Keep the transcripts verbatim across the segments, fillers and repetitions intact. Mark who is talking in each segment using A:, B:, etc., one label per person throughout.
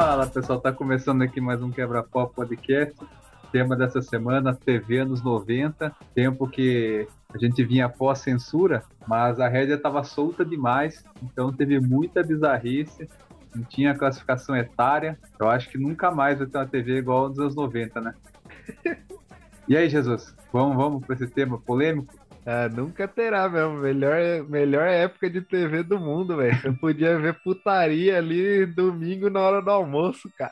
A: Fala, pessoal, tá começando aqui mais um Quebra-Pau Podcast. Tema dessa semana, T V anos noventa, tempo que a gente vinha pós-censura, mas a rédea estava solta demais, então teve muita bizarrice, não tinha classificação etária. Eu acho que nunca mais vai ter uma T V igual nos anos noventa, né? E aí, Jesus, vamos, vamos para esse tema polêmico?
B: Ah, nunca terá mesmo. Melhor, melhor época de T V do mundo, velho. Você podia ver putaria ali domingo na hora do almoço, cara.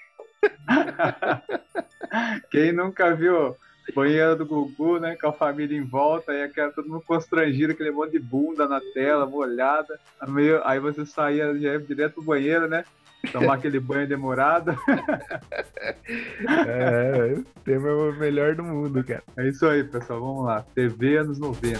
A: Quem nunca viu banheiro do Gugu, né? Com a família em volta, aí aquela, todo mundo constrangido, aquele monte de bunda na tela, molhada. Meio, aí você saía já ia direto pro banheiro, né? Tomar aquele banho demorado.
B: É, o tema é o melhor do mundo, cara.
A: É isso aí, pessoal. Vamos lá. T V anos noventa.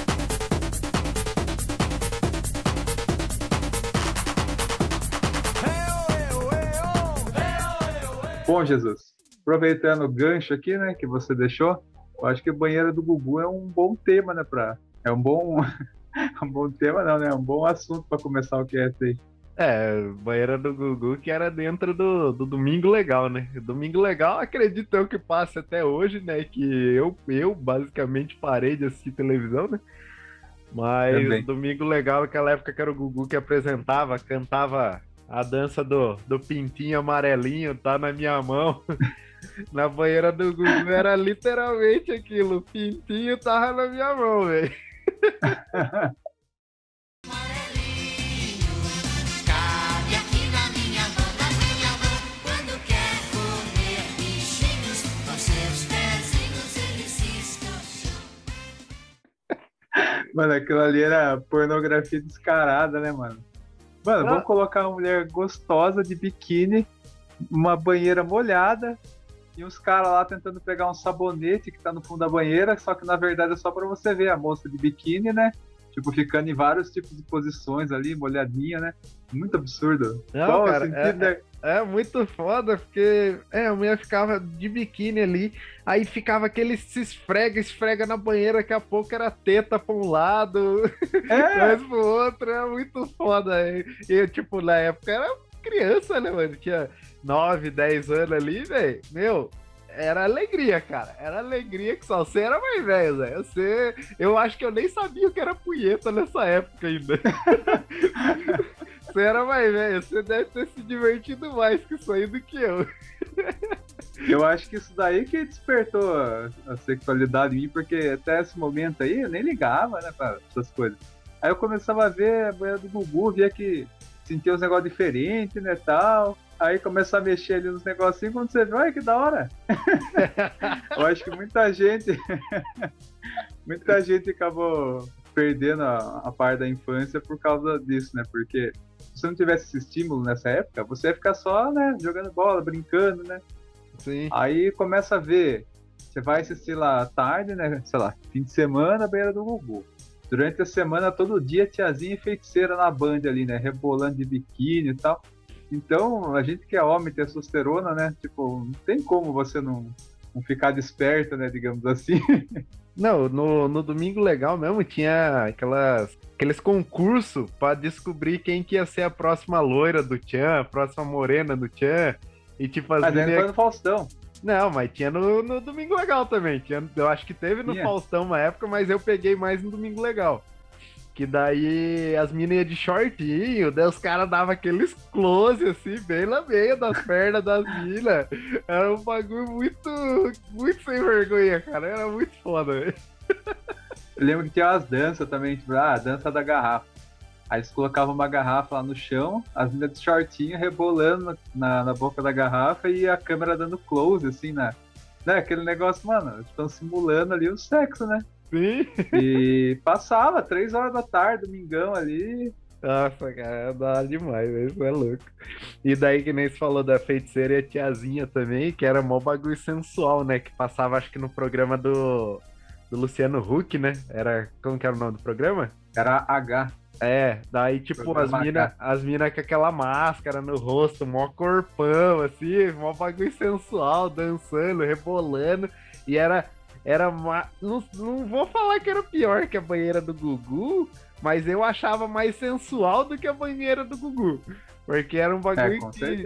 A: Bom, Jesus, aproveitando o gancho aqui, né, que você deixou, eu acho que o banheiro do Gugu é um bom tema, né, pra... É um bom... um bom tema não, né? É um bom assunto para começar o cast aí.
B: É, banheira do Gugu que era dentro do, do Domingo Legal, né? Domingo Legal, acredito eu que passa até hoje, né? Que eu, eu basicamente parei de assistir televisão, né? Mas
A: Também.
B: Domingo Legal, aquela época que era o Gugu que apresentava, cantava a dança do, do pintinho amarelinho, tá na minha mão. Na banheira do Gugu era literalmente aquilo, o pintinho tava na minha mão, velho.
A: Mano, aquilo ali era pornografia descarada, né, mano? Mano,
B: Ah.
A: vamos colocar uma mulher gostosa de biquíni, uma banheira molhada e uns caras lá tentando pegar um sabonete que tá no fundo da banheira, só que na verdade é só pra você ver a moça de biquíni, né? Tipo, ficando em vários tipos de posições ali, molhadinha, né? Muito absurdo.
B: Não,
A: Qual
B: cara,
A: o sentido, né?
B: É muito foda, porque é, a mulher ficava de biquíni ali, aí ficava aquele se esfrega, esfrega na banheira, daqui a pouco era teta pra um lado,
A: É,
B: mas pro outro, é muito foda. E eu, tipo, na época era criança, né, mano? Tinha nove, dez anos ali, velho. Meu, era alegria, cara. Era alegria que só você era mais velho, velho. Você, eu acho que eu nem sabia o que era punheta nessa época ainda. Você era mais velho, você deve ter se divertido mais com isso aí do que eu.
A: eu acho que isso daí que despertou a, a sexualidade em mim, porque até esse momento aí eu nem ligava, né, pra essas coisas. Aí eu começava a ver a banheira do Gugu, via que sentia uns negócios diferentes, né, tal. Aí começava a mexer ali nos negocinhos, quando você vê, olha que da hora. Eu acho que muita gente, muita gente acabou perdendo a, a parte da infância por causa disso, né, porque se você não tivesse esse estímulo nessa época, você ia ficar só, né, jogando bola, brincando, né?
B: Sim.
A: Aí começa a ver, você vai assistir lá à tarde, né, sei lá, fim de semana, banheira do Gugu. Durante a semana, todo dia, tiazinha e feiticeira na Band ali, né, rebolando de biquíni e tal. Então, a gente que é homem, testosterona, né, tipo, não tem como você não, não ficar desperto, né, digamos assim.
B: Não, no, no Domingo Legal mesmo tinha aquelas, aqueles concursos pra descobrir quem que ia ser a próxima loira do Tchan, a próxima morena do Tchan. E tipo, as
A: Mas ainda
B: meninas...
A: foi no Faustão.
B: Não, mas tinha no, no Domingo Legal também. Tinha, eu acho que teve no
A: Tinha.
B: Faustão uma época, mas eu peguei mais no Domingo Legal. Que daí as minas iam de shortinho, daí os caras davam aqueles close assim, bem na meia das pernas das minas. Era um bagulho muito, muito sem vergonha, cara. Era muito foda.
A: Eu lembro que tinha umas danças também, tipo, ah, a dança da garrafa. Aí eles colocavam uma garrafa lá no chão, as meninas de shortinho rebolando na, na boca da garrafa e a câmera dando close, assim, né? né? Aquele negócio, mano, estão simulando ali o sexo, né?
B: Sim.
A: E passava, três horas da tarde, domingão ali.
B: Nossa, cara, dá demais, isso é louco. E daí que nem você falou da feiticeira e a tiazinha também, que era mó bagulho sensual, né? Que passava, acho que no programa do, do Luciano Huck, né? Era, como que era o nome do programa?
A: Era H.
B: É, daí tipo
A: Programa
B: as minas as mina com aquela máscara no rosto, mó corpão, assim, mó bagulho sensual, dançando, rebolando. E era, era ma... não, não vou falar que era pior que a banheira do Gugu, mas eu achava mais sensual do que a banheira do Gugu. Porque era um bagulho
A: É, com
B: que
A: certeza.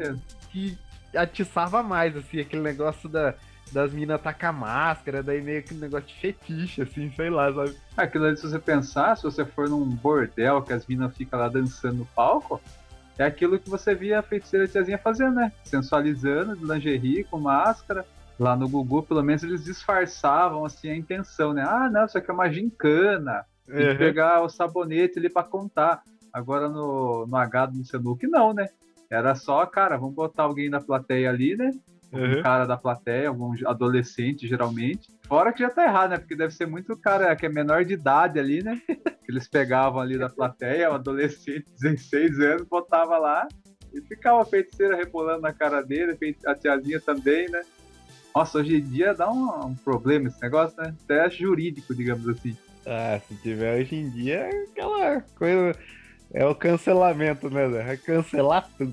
B: que atiçava mais, assim, aquele negócio da, das minas tacar máscara, daí meio que um negócio de fetiche, assim, sei lá, sabe?
A: Aquilo ali, se você pensar, se você for num bordel que as minas ficam lá dançando no palco, é aquilo que você via a feiticeira tiazinha fazendo, né? Sensualizando, de lingerie, com máscara. Lá no Gugu, pelo menos, eles disfarçavam, assim, a intenção, né? Ah, não, isso aqui é uma gincana. Tem que
B: Uhum.
A: pegar o sabonete ali pra contar. Agora no, no H do Lucianuck, não, né? Era só, cara, vamos botar alguém na plateia ali, né? Algum
B: Uhum.
A: cara da plateia, algum adolescente, geralmente. Fora que já tá errado, né? Porque deve ser muito cara que é menor de idade ali, né? Que eles pegavam ali da plateia, um adolescente, dezesseis anos, botava lá e ficava a feiticeira rebolando na cara dele, a tiazinha também, né? Nossa, hoje em dia dá um, um problema esse negócio, né? Até jurídico, digamos assim.
B: Ah, se tiver hoje em dia, é aquela coisa. É o cancelamento, né, Zé? Vai cancelar tudo.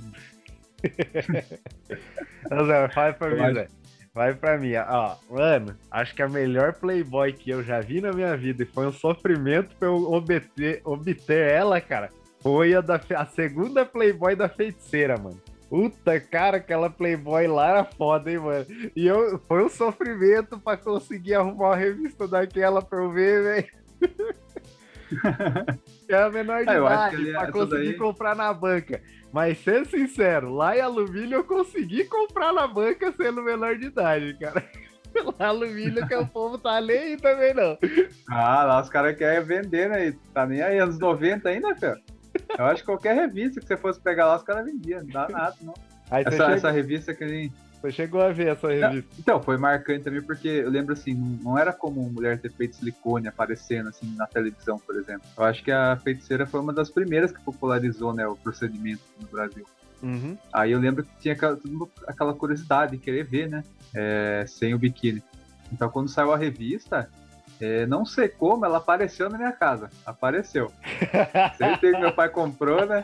B: Não, Zé, vai pra
A: Eu
B: mim,
A: acho-
B: Zé. Vai pra mim. Ó, mano, acho que a melhor Playboy que eu já vi na minha vida e foi um sofrimento pra eu obter, obter ela, cara, foi a, da, fe- a segunda Playboy da feiticeira, mano. Puta, cara, aquela Playboy lá era foda, hein, mano. E eu, foi um sofrimento pra conseguir arrumar uma revista daquela pra eu ver, velho. Era menor de
A: Ah, eu acho que
B: idade,
A: ali,
B: pra
A: essa
B: conseguir
A: daí.
B: comprar na banca. Mas, sendo sincero, lá em alumínio eu consegui comprar na banca sendo menor de idade, cara. Lá alumínio que o povo tá nem aí também, não.
A: Ah, lá os caras querem vender, né? Tá nem aí, anos noventa ainda, filho. Eu acho que qualquer revista que você fosse pegar lá, os caras vendiam. Não dá nada, não.
B: Aí você,
A: Essa,
B: chegou,
A: essa revista que a gente.
B: você chegou a ver essa revista.
A: Então, foi marcante também porque eu lembro assim, não não era comum mulher ter peito de silicone aparecendo assim na televisão, por exemplo. Eu acho que a feiticeira foi uma das primeiras que popularizou, né, o procedimento no Brasil.
B: Uhum.
A: Aí eu lembro que tinha aquela, aquela curiosidade de querer ver, né, é, sem o biquíni. Então quando saiu a revista, é, não sei como, ela apareceu na minha casa. Apareceu. Certeza que meu pai comprou, né?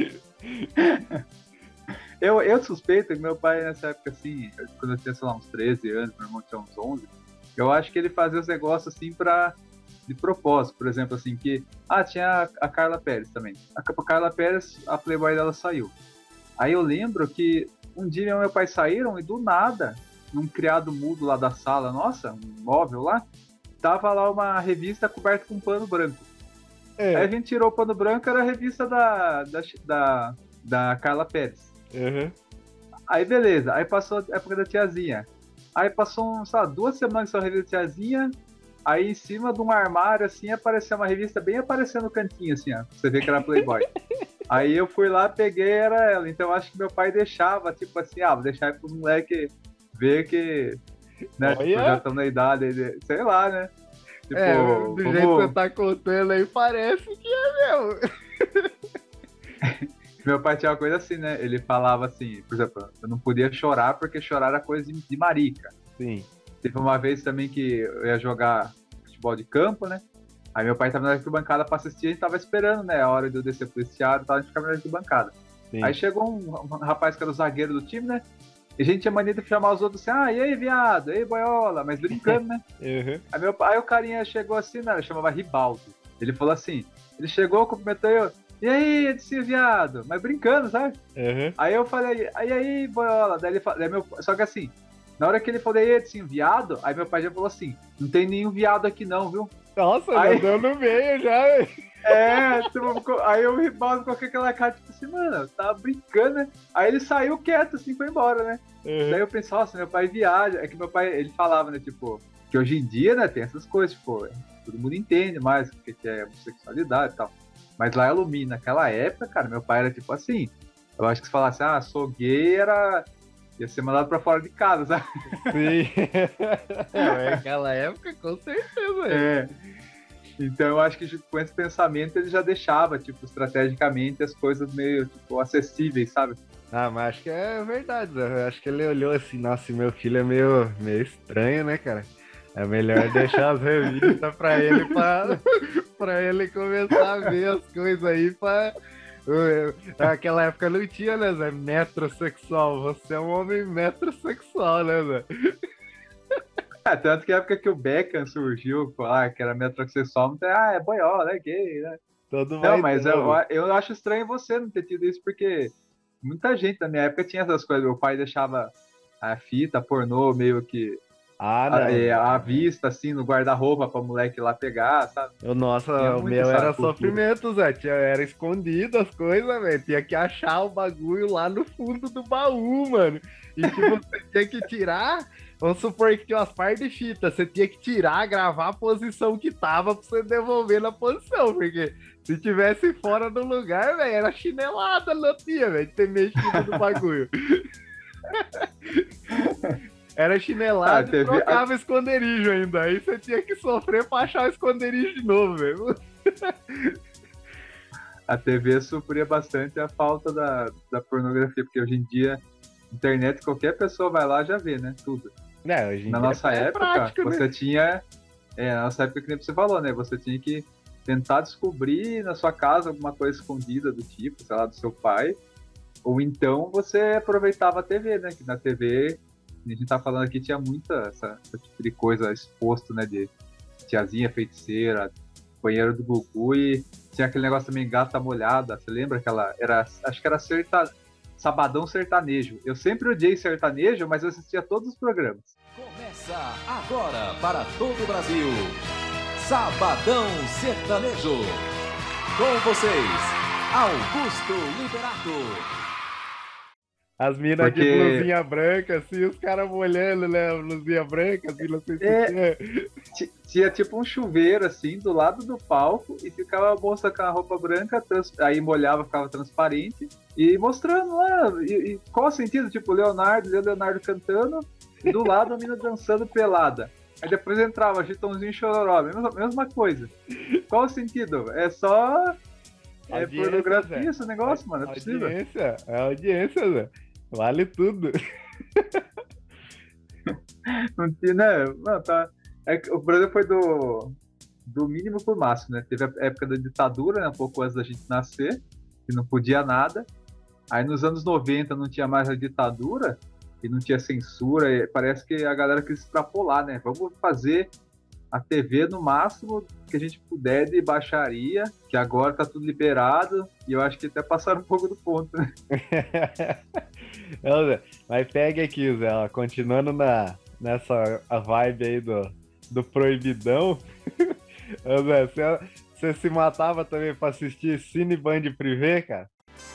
A: Eu, eu suspeito que meu pai, nessa época, assim, quando eu tinha, sei lá, uns treze anos, meu irmão tinha uns onze, eu acho que ele fazia os negócios, assim, pra, de propósito. Por exemplo, assim, que... Ah, tinha a Carla Pérez também. A Carla Pérez, a Playboy dela saiu. Aí eu lembro que um dia meu pai saíram e, do nada, num criado mudo lá da sala, nossa, um móvel lá, tava lá uma revista coberta com um pano branco.
B: É.
A: Aí a gente tirou o pano branco, era a revista da, da, da, da Carla Pérez.
B: Uhum.
A: Aí beleza, aí passou a época da tiazinha. Aí passou, um, sei lá, duas semanas que só revista da tiazinha. Aí em cima de um armário, assim, apareceu uma revista bem aparecendo no cantinho, assim, ó. Você vê que era Playboy. Aí eu fui lá, peguei, era ela. Então acho que meu pai deixava, tipo assim, ah, vou deixar aí pros moleques ver que, né, tipo,
B: Olha.
A: já estão na idade, de- sei lá, né? Tipo,
B: É, do
A: vamos-
B: jeito que você tá contando aí, parece que é mesmo.
A: Meu pai tinha uma coisa assim, né? Ele falava assim, por exemplo, eu não podia chorar porque chorar era coisa de, de marica.
B: Sim.
A: Teve uma vez também que eu ia jogar futebol de campo, né? Aí meu pai tava na arquibancada pra assistir, a gente tava esperando, né? A hora de eu descer pro vestiário, tava, a gente ficava na arquibancada.
B: Sim.
A: Aí chegou um, um rapaz que era o zagueiro do time, né? E a gente tinha mania de chamar os outros assim, ah, e aí, viado? E aí, boiola? Mas brincando, né?
B: Uhum.
A: Aí, meu, aí o carinha chegou assim, né? Ele chamava Ribaldo. Ele falou assim, ele chegou, cumprimentou eu, e aí, Edson, viado? Mas brincando, sabe?
B: Uhum.
A: Aí eu falei, aí, aí, boiola? Daí ele falou, daí meu, só que assim, na hora que ele falou, e aí, Edson, viado? Aí meu pai já falou assim, não tem nenhum viado aqui não, viu?
B: Nossa,
A: Aí-
B: já deu no meio já, velho.
A: É, tipo, ficou- aí o Ribaldo com aquela cara, tipo assim, mano, tava brincando, né? Aí ele saiu quieto, assim, foi embora, né?
B: Uhum.
A: Daí eu pensei, nossa, meu pai viaja. É que meu pai, ele falava, né, tipo, que hoje em dia, né, tem essas coisas, tipo, todo mundo entende mais o que que é homossexualidade e tal. Mas lá em Alumínio, naquela época, cara, meu pai era tipo assim, eu acho que se falasse, ah, sou gay, era... ia ser mandado pra fora de casa, sabe?
B: Sim. É, naquela época, com certeza. velho.
A: É. Então eu acho que tipo, com esse pensamento ele já deixava, tipo, estrategicamente as coisas meio, tipo, acessíveis, sabe?
B: Ah, mas acho que é verdade, Zé. Eu acho que ele olhou assim, nossa, meu filho é meio, meio estranho, né, cara? É melhor deixar as revistas pra ele, pra, pra ele começar a ver as coisas aí, pra... Naquela época não tinha, né, Zé? Metrosexual. Você é um homem metrosexual, né, Zé?
A: É, tanto que a época que o Beckham surgiu, ah, que era metrosexual, ah, é boiola, é gay, né?
B: Todo
A: Não,
B: vai
A: mas
B: dando.
A: eu, eu acho estranho você não ter tido isso, porque muita gente na minha época tinha essas coisas. Meu pai deixava a fita pornô meio que
B: Ah,
A: à,
B: não.
A: é, à vista, assim, no guarda-roupa pra moleque lá pegar, sabe?
B: Eu, nossa,
A: Tinha
B: o
A: muito
B: meu
A: essa
B: era
A: cultura.
B: sofrimento, Zé. Tinha, era escondido as coisas, velho. Tinha que achar o bagulho lá no fundo do baú, mano. E tipo, você tinha que tirar. Vamos supor que tinha umas par de fita. Você tinha que tirar, gravar a posição que tava pra você devolver na posição. Porque se tivesse fora do lugar, velho, era chinelada na tia, velho, de ter mexido no bagulho. Era chinelado
A: Ah,
B: e
A: T V
B: trocava esconderijo ainda. Aí você tinha que sofrer pra achar o esconderijo de novo, velho.
A: A T V sofria bastante a falta da, da pornografia, porque hoje em dia, internet, qualquer pessoa vai lá já vê, né? Tudo.
B: É, hoje em
A: Na
B: dia
A: nossa
B: é
A: época,
B: prático,
A: você
B: né?
A: tinha. É, na nossa época, que nem você falou, né? Você tinha que tentar descobrir na sua casa alguma coisa escondida do tipo, sei lá, do seu pai. Ou então você aproveitava a T V, né? Que na T V, a gente tá falando aqui, tinha muita essa, esse tipo de coisa exposto, né? De tiazinha feiticeira, banheiro do Gugu e tinha aquele negócio também, gata molhada. Você lembra que ela era, acho que era serta, Sabadão Sertanejo. Eu sempre odiei sertanejo, mas eu assistia todos os programas.
C: Começa agora para todo o Brasil. Sabadão Sertanejo. Com vocês, Augusto Liberato.
B: As minas
A: Porque-
B: de blusinha branca, assim, os caras molhando, né? A blusinha branca, assim, não sei se
A: É.
B: é.
A: T- Tinha tipo um chuveiro assim do lado do palco e ficava a moça com a roupa branca, trans- aí molhava, ficava transparente e mostrando lá. E, e qual o sentido? Tipo, Leonardo, Leonardo cantando e do lado a mina dançando pelada. Aí depois entrava Chitãozinho e Chororó, mesma, mesma coisa. Qual o sentido? É só. É
B: Audiência,
A: pornografia
B: Zé.
A: esse negócio, mano. É possível.
B: Audiência, é audiência, Zé. Vale tudo.
A: Não tinha, né? Não, tá. É que o Brasil foi do, do mínimo pro máximo, né? Teve a época da ditadura, né? Um pouco antes da gente nascer, que não podia nada. Aí nos anos noventa não tinha mais a ditadura e não tinha censura. E parece que a galera quis extrapolar, né? Vamos fazer a T V no máximo que a gente puder de baixaria, que agora tá tudo liberado. E eu acho que até passaram um pouco do ponto, né?
B: Não, Zé, mas pega aqui, Zé, ó, continuando na, nessa a vibe aí do, do proibidão. Ô, Zé, você, você se matava também pra assistir Cine Band Privé, cara?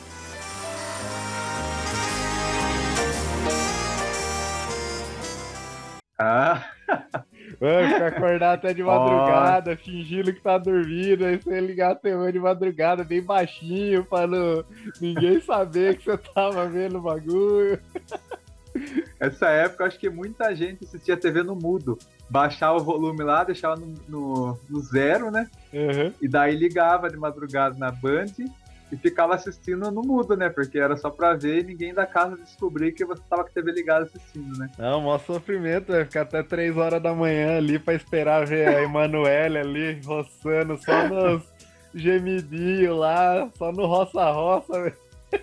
A: Ah,
B: Mano, ficar acordado até de madrugada, fingindo que tá dormindo, aí você ligar a T V de madrugada bem baixinho, pra não, ninguém saber que você tava vendo o bagulho.
A: essa época eu acho que muita gente assistia T V no mudo. Baixava o volume lá, deixava no, no, no zero, né?
B: Uhum.
A: E daí ligava de madrugada na Band e ficava assistindo no mudo, né? Porque era só pra ver e ninguém da casa descobrir que você tava com a T V ligada assistindo, né?
B: Não, maior sofrimento, vai ficar até três horas da manhã ali pra esperar ver a Emanuele ali, roçando só nos gemidinhos lá, só no roça-roça, velho.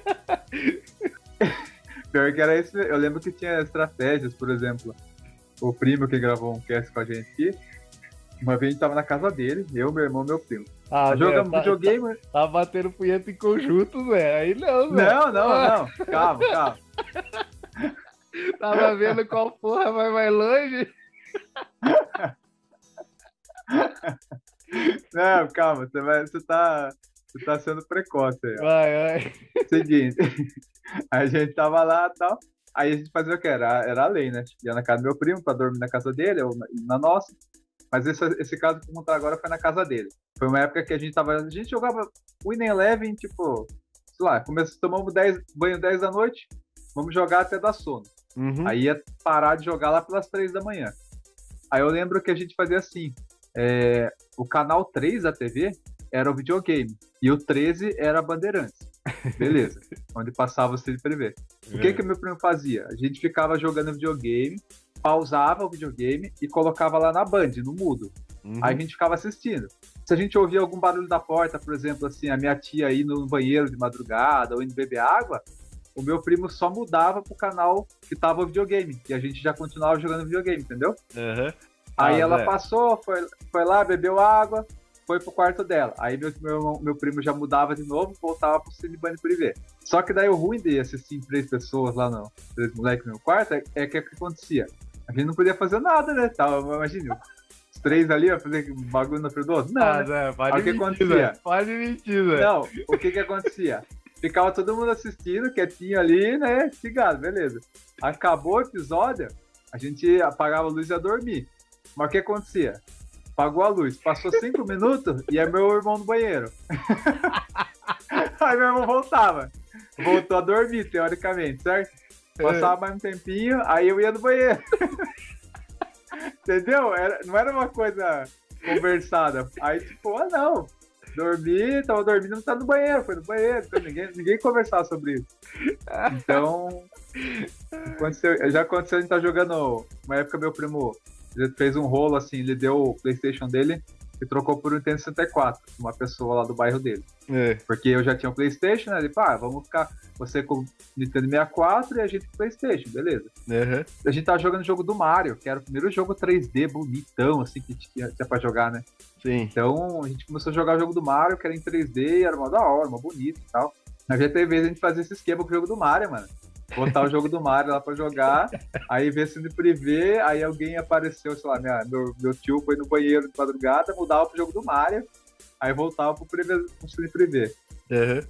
A: Pior que era isso. Eu lembro que tinha estratégias, por exemplo. O primo que gravou um cast com a gente aqui, uma vez a gente tava na casa dele, eu, meu irmão e meu primo.
B: Ah,
A: Jogamos
B: Zé, tá,
A: videogame.
B: tá, tá batendo punheta em conjunto, Zé. Aí não, Zé.
A: Não, não, não. Calma, calma.
B: Tava vendo qual porra vai mais longe.
A: Não, calma. Você, vai, você, tá, você tá sendo precoce aí, ó.
B: Vai, vai.
A: Seguinte, a gente tava lá e tal. Aí a gente fazia o que? Era, era a lei, né? Ia na casa do meu primo pra dormir na casa dele, ou na, na nossa. Mas esse, esse caso que eu vou contar agora foi na casa dele. Foi uma época que a gente tava. A gente jogava Win Eleven, tipo, sei lá, começamos, tomamos dez, banho dez da noite, vamos jogar até dar sono.
B: Uhum.
A: Aí ia parar de jogar lá pelas três da manhã. Aí eu lembro que a gente fazia assim: é, o canal três da T V era o videogame, e o treze era a Bandeirantes. Beleza, onde passava o Cine Privé. O que que meu primo fazia? A gente ficava jogando videogame, pausava o videogame e colocava lá na Band, no mudo.
B: Uhum.
A: Aí a gente ficava assistindo. Se a gente ouvia algum barulho da porta, por exemplo, assim, a minha tia ir no banheiro de madrugada ou indo beber água, o meu primo só mudava pro canal que tava o videogame. E a gente já continuava jogando videogame, entendeu?
B: Uhum.
A: Aí
B: Ah,
A: ela
B: Zé.
A: passou, foi, foi lá, bebeu água, foi pro quarto dela. Aí meu, meu, meu primo já mudava de novo, voltava pro Cineband Privé. Só que daí o ruim de assistir em três pessoas lá no três moleques no quarto é, é que o que acontecia? A gente não podia fazer nada, né? Tava, imagina, os três ali, ó, fazer bagulho no do outro. Não,
B: Ah,
A: né?
B: Zé, pode
A: Aí o que
B: mentir,
A: acontecia?
B: Zé. Pode mentir, Zé.
A: Não, o que que acontecia? Ficava todo mundo assistindo, quietinho ali, né? Ligado, beleza. Acabou o episódio, a gente apagava a luz e ia dormir. Mas o que acontecia? Apagou a luz, passou cinco minutos e é meu irmão no banheiro. Aí meu irmão voltava. Voltou a dormir, teoricamente, certo? Passava mais um tempinho, aí eu ia no banheiro. Entendeu? Era, não era uma coisa conversada. Aí, tipo, ah, não. Dormi, tava dormindo, não tá no banheiro, foi no banheiro. Então ninguém, ninguém conversava sobre isso. Então, aconteceu, já aconteceu, a gente tá jogando. Uma época, meu primo ele fez um rolo assim, ele deu o PlayStation dele e trocou por um Nintendo sessenta e quatro, uma pessoa lá do bairro dele.
B: É.
A: Porque eu já tinha um PlayStation, né? Ele falou, ah, vamos ficar você com o Nintendo sessenta e quatro e a gente com o PlayStation, beleza.
B: Uhum.
A: A gente tava jogando o jogo do Mario, que era o primeiro jogo três D bonitão, assim, que tinha, tinha pra jogar, né?
B: Sim.
A: Então, a gente começou a jogar o jogo do Mario, que era em três D, era uma da hora, uma bonita e tal. Na G T V a gente fazia esse esquema com o jogo do Mario, mano. Botar o jogo do Mario lá pra jogar, aí ver se no privê, aí alguém apareceu, sei lá, minha, meu, meu tio foi no banheiro de madrugada, mudava pro jogo do Mario, aí voltava pro privê, pro privê.
B: Uhum.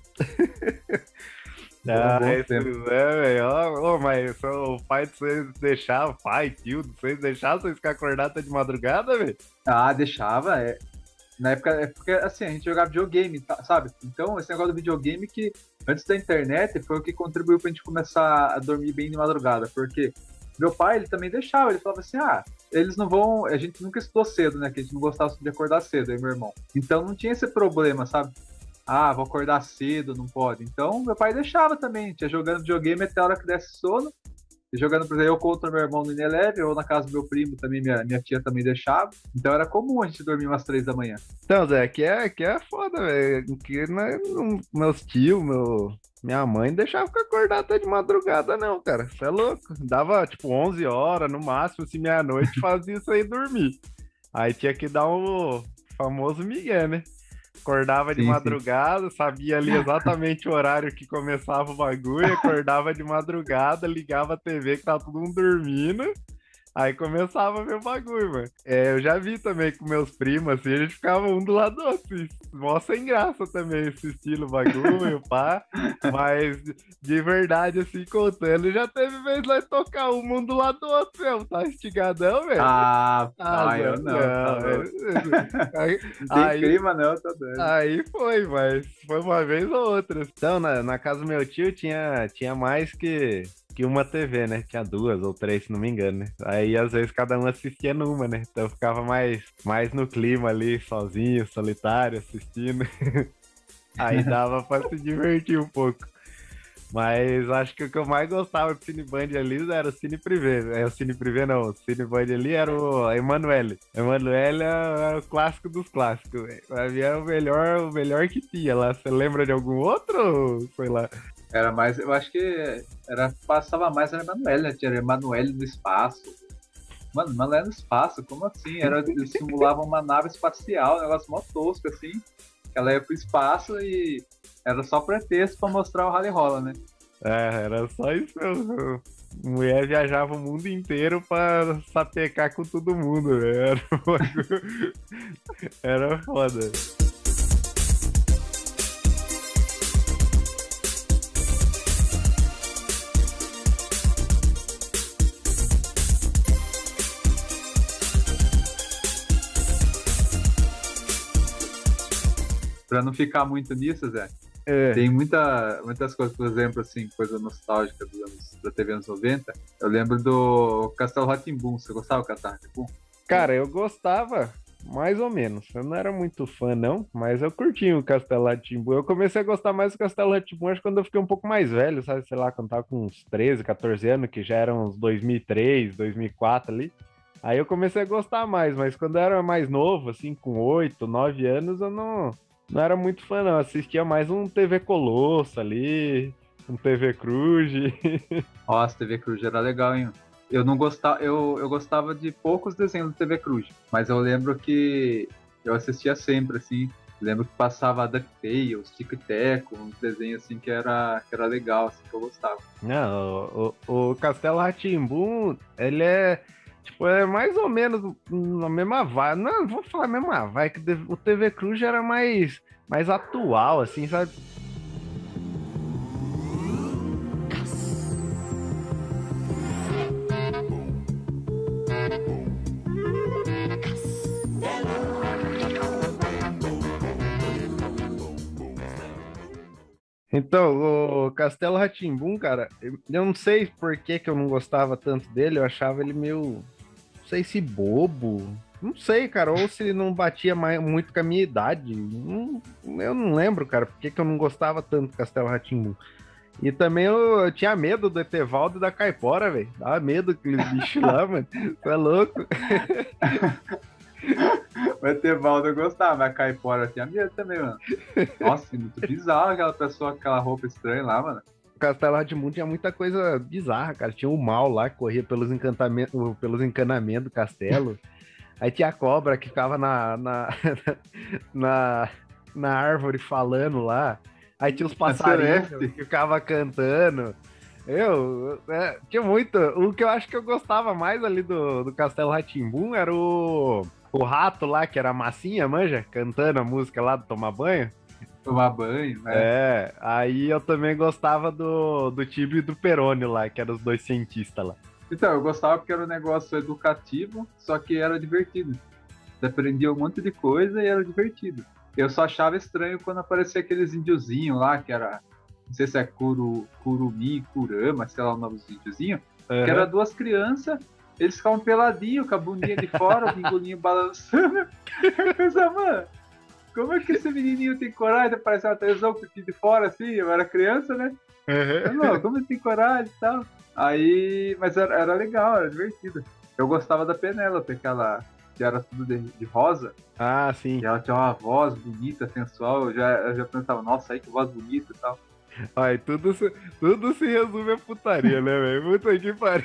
B: Ah,
A: bom
B: isso
A: tempo.
B: é, velho. Ó, ó, mas só o pai de vocês deixava, pai, tio, de vocês deixavam vocês ficar acordados até de madrugada, velho?
A: Ah, deixava, é. Na época, é porque assim, a gente jogava videogame, tá, sabe? Então, esse negócio do videogame que, antes da internet, foi o que contribuiu pra gente começar a dormir bem de madrugada, porque meu pai, ele também deixava, ele falava assim, ah, eles não vão, a gente nunca estudou cedo, né, que a gente não gostava de acordar cedo, aí meu irmão. Então, não tinha esse problema, sabe? Ah, vou acordar cedo, não pode. Então, meu pai deixava também, a gente ia jogando videogame até a hora que desse sono, e jogando, por exemplo, eu contra meu irmão no Ineleve, ou na casa do meu primo também, minha, minha tia também deixava. Então era comum a gente dormir umas três da manhã.
B: Então, Zé, que é, que é foda, velho. Que né, não- meus tios, meu, minha mãe não deixava ficar acordado até de madrugada, não, cara. Você é louco. Dava, tipo, onze horas, no máximo, assim, meia-noite, fazia isso aí dormir. Aí tinha que dar um famoso migué, né? Acordava de
A: Sim, sim.
B: madrugada, sabia ali exatamente o horário que começava o bagulho, acordava de madrugada, ligava a T V que tava todo mundo dormindo, aí começava a ver o bagulho, mano. É, eu já vi também com meus primos, assim, a gente ficava um do lado do outro, assim, mó sem graça também esse estilo bagulho, pá, mas de verdade, assim, contando, já teve vez lá tocar um um do lado do outro mesmo, tá estigadão, velho?
A: Ah,
B: Ah,
A: ah, eu
B: Zé,
A: não. Tá
B: é-
A: louco.
B: aí,
A: Não tem
B: aí-
A: clima, não, tô doido.
B: Aí foi, mas foi uma vez ou outra. Então, na, na casa do meu tio tinha, tinha mais que, que uma T V, né? Tinha duas ou três, se não me engano, né? Aí às vezes cada um assistia numa, né? Então eu ficava mais, mais no clima ali, sozinho, solitário, assistindo. Aí dava pra se divertir um pouco. Mas acho que o que eu mais gostava do Cineband ali era o Cine Privé. É o Cine Privé não, o Cineband ali era o Emanuele. Emanuele era o clássico dos clássicos, velho. Pra mim era o melhor, o melhor que tinha lá. Você lembra de algum outro? Sei lá.
A: Era mais, eu acho que era, passava mais era Emanuele, né? Tinha Emanuele no espaço. Mano, Emanuele no espaço, como assim? Era, eles simulavam uma nave espacial, um negócio mó tosco, assim. Ela ia pro espaço e era só pretexto pra mostrar o rally rola, né?
B: É, era só isso mesmo. Mulher viajava o mundo inteiro pra sapecar com todo mundo, velho. Era, um bagulho- era foda.
A: Pra não ficar muito nisso, Zé,
B: É.
A: tem muita, muitas coisas, por exemplo, assim, coisa nostálgica dos anos, da T V anos noventa. Eu lembro do Castelo Rá-Tim-Bum. Você gostava do Castelo Rá-Tim-Bum?
B: Cara, eu gostava, mais ou menos. Eu não era muito fã, não, mas eu curtia o Castelo Rá-Tim-Bum. Eu comecei a gostar mais do Castelo Rá-Tim-Bum, acho que quando eu fiquei um pouco mais velho, sabe? Sei lá, quando tava com uns treze, quatorze anos, que já eram uns dois mil e três, dois mil e quatro ali. Aí eu comecei a gostar mais, mas quando eu era mais novo, assim, com oito, nove anos, eu não, não era muito fã, não. Eu assistia mais um T V Colosso ali, um T V Cruz.
A: Nossa, T V Cruz era legal, hein? Eu não gostava, eu, eu gostava de poucos desenhos do T V Cruz, mas eu lembro que eu assistia sempre, assim. Lembro que passava DuckTales, Tico e Teco, uns desenhos assim que era, que era legal, assim, que eu gostava.
B: Não, o, o, o Castelo Rá-Tim-Bum, ele é, tipo, é mais ou menos na mesma vibe. Não, vou falar a mesma vibe, que o T V Cruz já era mais, mais atual, assim, sabe? Então, o Castelo Rá-Tim-Bum, cara, eu eu não sei por que que eu não gostava tanto dele, eu achava ele meio, não sei se bobo, não sei, cara, ou se ele não batia mais, muito com a minha idade, não- eu não lembro, cara, por que que eu não gostava tanto do Castelo Rá-Tim-Bum. E também eu, eu tinha medo do Etevaldo e da Caipora, velho, dava medo aqueles bichos lá, mano, você é louco.
A: O Etevaldo eu gostava, mas a Caipora tinha medo também, mano. Nossa, muito bizarro aquela pessoa com aquela roupa estranha lá, mano.
B: O Castelo Rá-Tim-Bum tinha muita coisa bizarra, cara. Tinha o mal lá que corria pelos encantamentos, pelos encanamentos do castelo. Aí tinha a cobra que ficava na, na, na, na árvore falando lá. Aí tinha os passarinhos que ficavam cantando. Eu, é, tinha muito. O que eu acho que eu gostava mais ali do, do Castelo Rá-Tim-Bum era o, o rato lá, que era a massinha, manja? Cantando a música lá do Tomar Banho.
A: Tomar banho, né?
B: É, aí eu também gostava do, do Tibio e do Perônio lá, que eram os dois cientistas lá.
A: Então, eu gostava porque era um negócio educativo, só que era divertido. Você aprendia um monte de coisa e era divertido. Eu só achava estranho quando aparecia aqueles índiozinhos lá, que era, não sei se é Kuru, Kurumi, Kurama, sei lá o nome dos índiozinhos,
B: Uhum.
A: que era duas crianças, eles ficavam peladinhos, com a bundinha de fora, o bingolinho balançando. Eu pensava, mano, como é que esse menininho tem coragem de aparecer na televisão com o pipi de fora assim? Eu era criança, né? Eu, não, como ele tem coragem e tal? Aí, mas era, era legal, era divertido. Eu gostava da Penélope, aquela que era tudo de, de rosa.
B: Ah, sim.
A: E ela tinha uma voz bonita, sensual. Eu já, eu já pensava, nossa, aí que voz bonita e tal.
B: Ai, tudo se, tudo se resume a putaria, né, velho? Puta que pariu.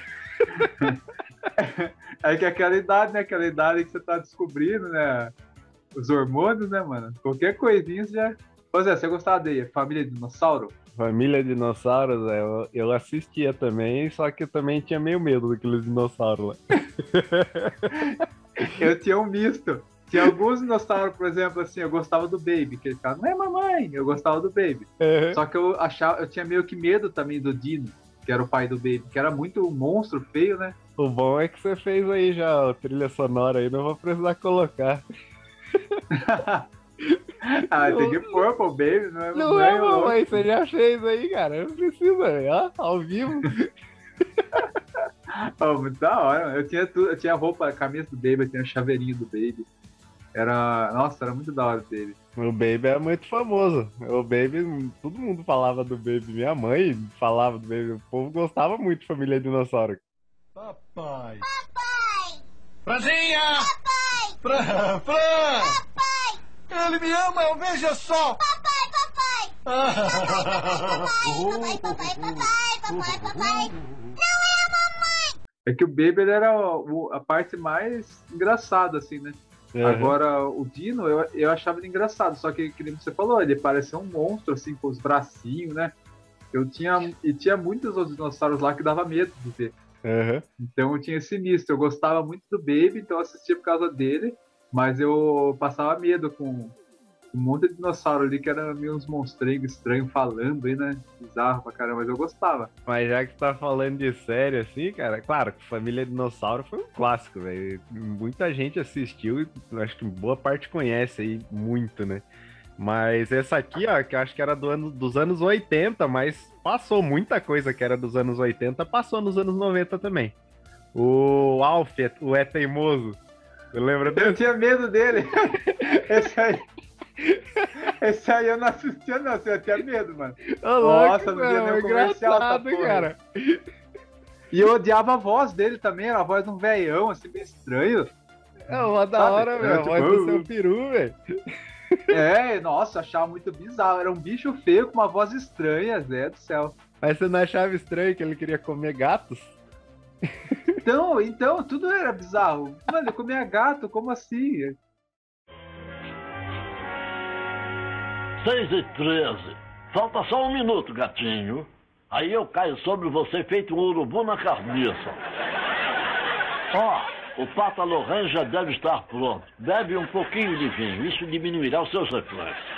A: É que aquela idade, né? Aquela idade que você tá descobrindo, né? Os hormônios, né, mano? Qualquer coisinha você já. Ô Zé, você gostava de Família Dinossauro?
B: Família Dinossauros, é, eu, eu assistia também, só que eu também tinha meio medo daqueles dinossauros lá.
A: Eu tinha um misto. Tinha alguns dinossauros, por exemplo, assim, eu gostava do Baby, que ele ficava, não é mamãe, eu gostava do Baby.
B: Uhum.
A: Só que eu achava, eu tinha meio que medo também do Dino, que era o pai do Baby, que era muito um monstro feio, né?
B: O bom é que você fez aí já a trilha sonora aí, não vou precisar colocar.
A: Ah, tem que pôr pro Baby, não é
B: Não
A: mamãe,
B: é, mamãe, você já fez aí, cara, não precisa, ó, ao vivo.
A: Oh, muito da hora, mano. Eu tinha tudo, eu tinha roupa, a camisa do Baby, eu tinha o chaveirinho do Baby. Era. Nossa, era muito da hora o Baby.
B: O Baby é muito famoso. O Baby, todo mundo falava do Baby. Minha mãe falava do Baby. O povo gostava muito de Família Dinossauro.
D: Papai.
E: Papai!
D: Franzinha!
E: Papai!
D: Fran! Fran!
E: Papai!
D: Ele me ama, eu veja só!
E: Papai, papai! Papai, papai, papai, papai, papai! Não é a mamãe!
A: É que o Baby ele era o- a parte mais engraçada, assim, né?
B: Uhum.
A: Agora, o Dino, eu, eu achava ele engraçado, só que, que nem você falou, ele parecia um monstro, assim, com os bracinhos, né? Eu tinha, e tinha muitos outros dinossauros lá que dava medo de ver.
B: Uhum.
A: Então eu tinha esse misto. Eu gostava muito do Baby, então eu assistia por causa dele, mas eu passava medo com um monte de dinossauro ali que era meio uns monstrenhos estranhos falando aí, né? Bizarro pra caramba, mas eu gostava.
B: Mas já que você tá falando de série assim, cara, claro que Família Dinossauro foi um clássico, velho. Muita gente assistiu e acho que boa parte conhece aí muito, né? Mas essa aqui, ó, que eu acho que era do ano, dos anos oitenta, mas passou muita coisa que era dos anos oitenta, passou nos anos noventa também. O Alf, o É Teimoso. Você lembra
A: Eu
B: desse?
A: tinha medo dele. Esse aí. Esse aí eu não assistia, não. Eu tinha medo, mano.
B: Ô, louco,
A: Nossa, não via
B: mano,
A: nem o comercial essa
B: engraçado,
A: porra.
B: cara.
A: E eu odiava a voz dele também, era a voz de um velhão, assim, meio estranho.
B: É uma da
A: Sabe?
B: hora,
A: Era
B: velho. A
A: tipo,
B: voz do
A: "Uh".
B: seu peru, velho.
A: É, nossa, achava muito bizarro. Era um bicho feio com uma voz estranha, Zé do céu.
B: Mas você não achava estranho que ele queria comer gatos?
A: Então, então, tudo era bizarro. Mano, eu comia gato, como assim?
F: seis e treze. Falta só um minuto, gatinho. Aí eu caio sobre você feito um urubu na carniça. Ó, o Pata Lohan já deve estar pronto. Bebe um pouquinho de vinho, isso diminuirá os seus reflexos.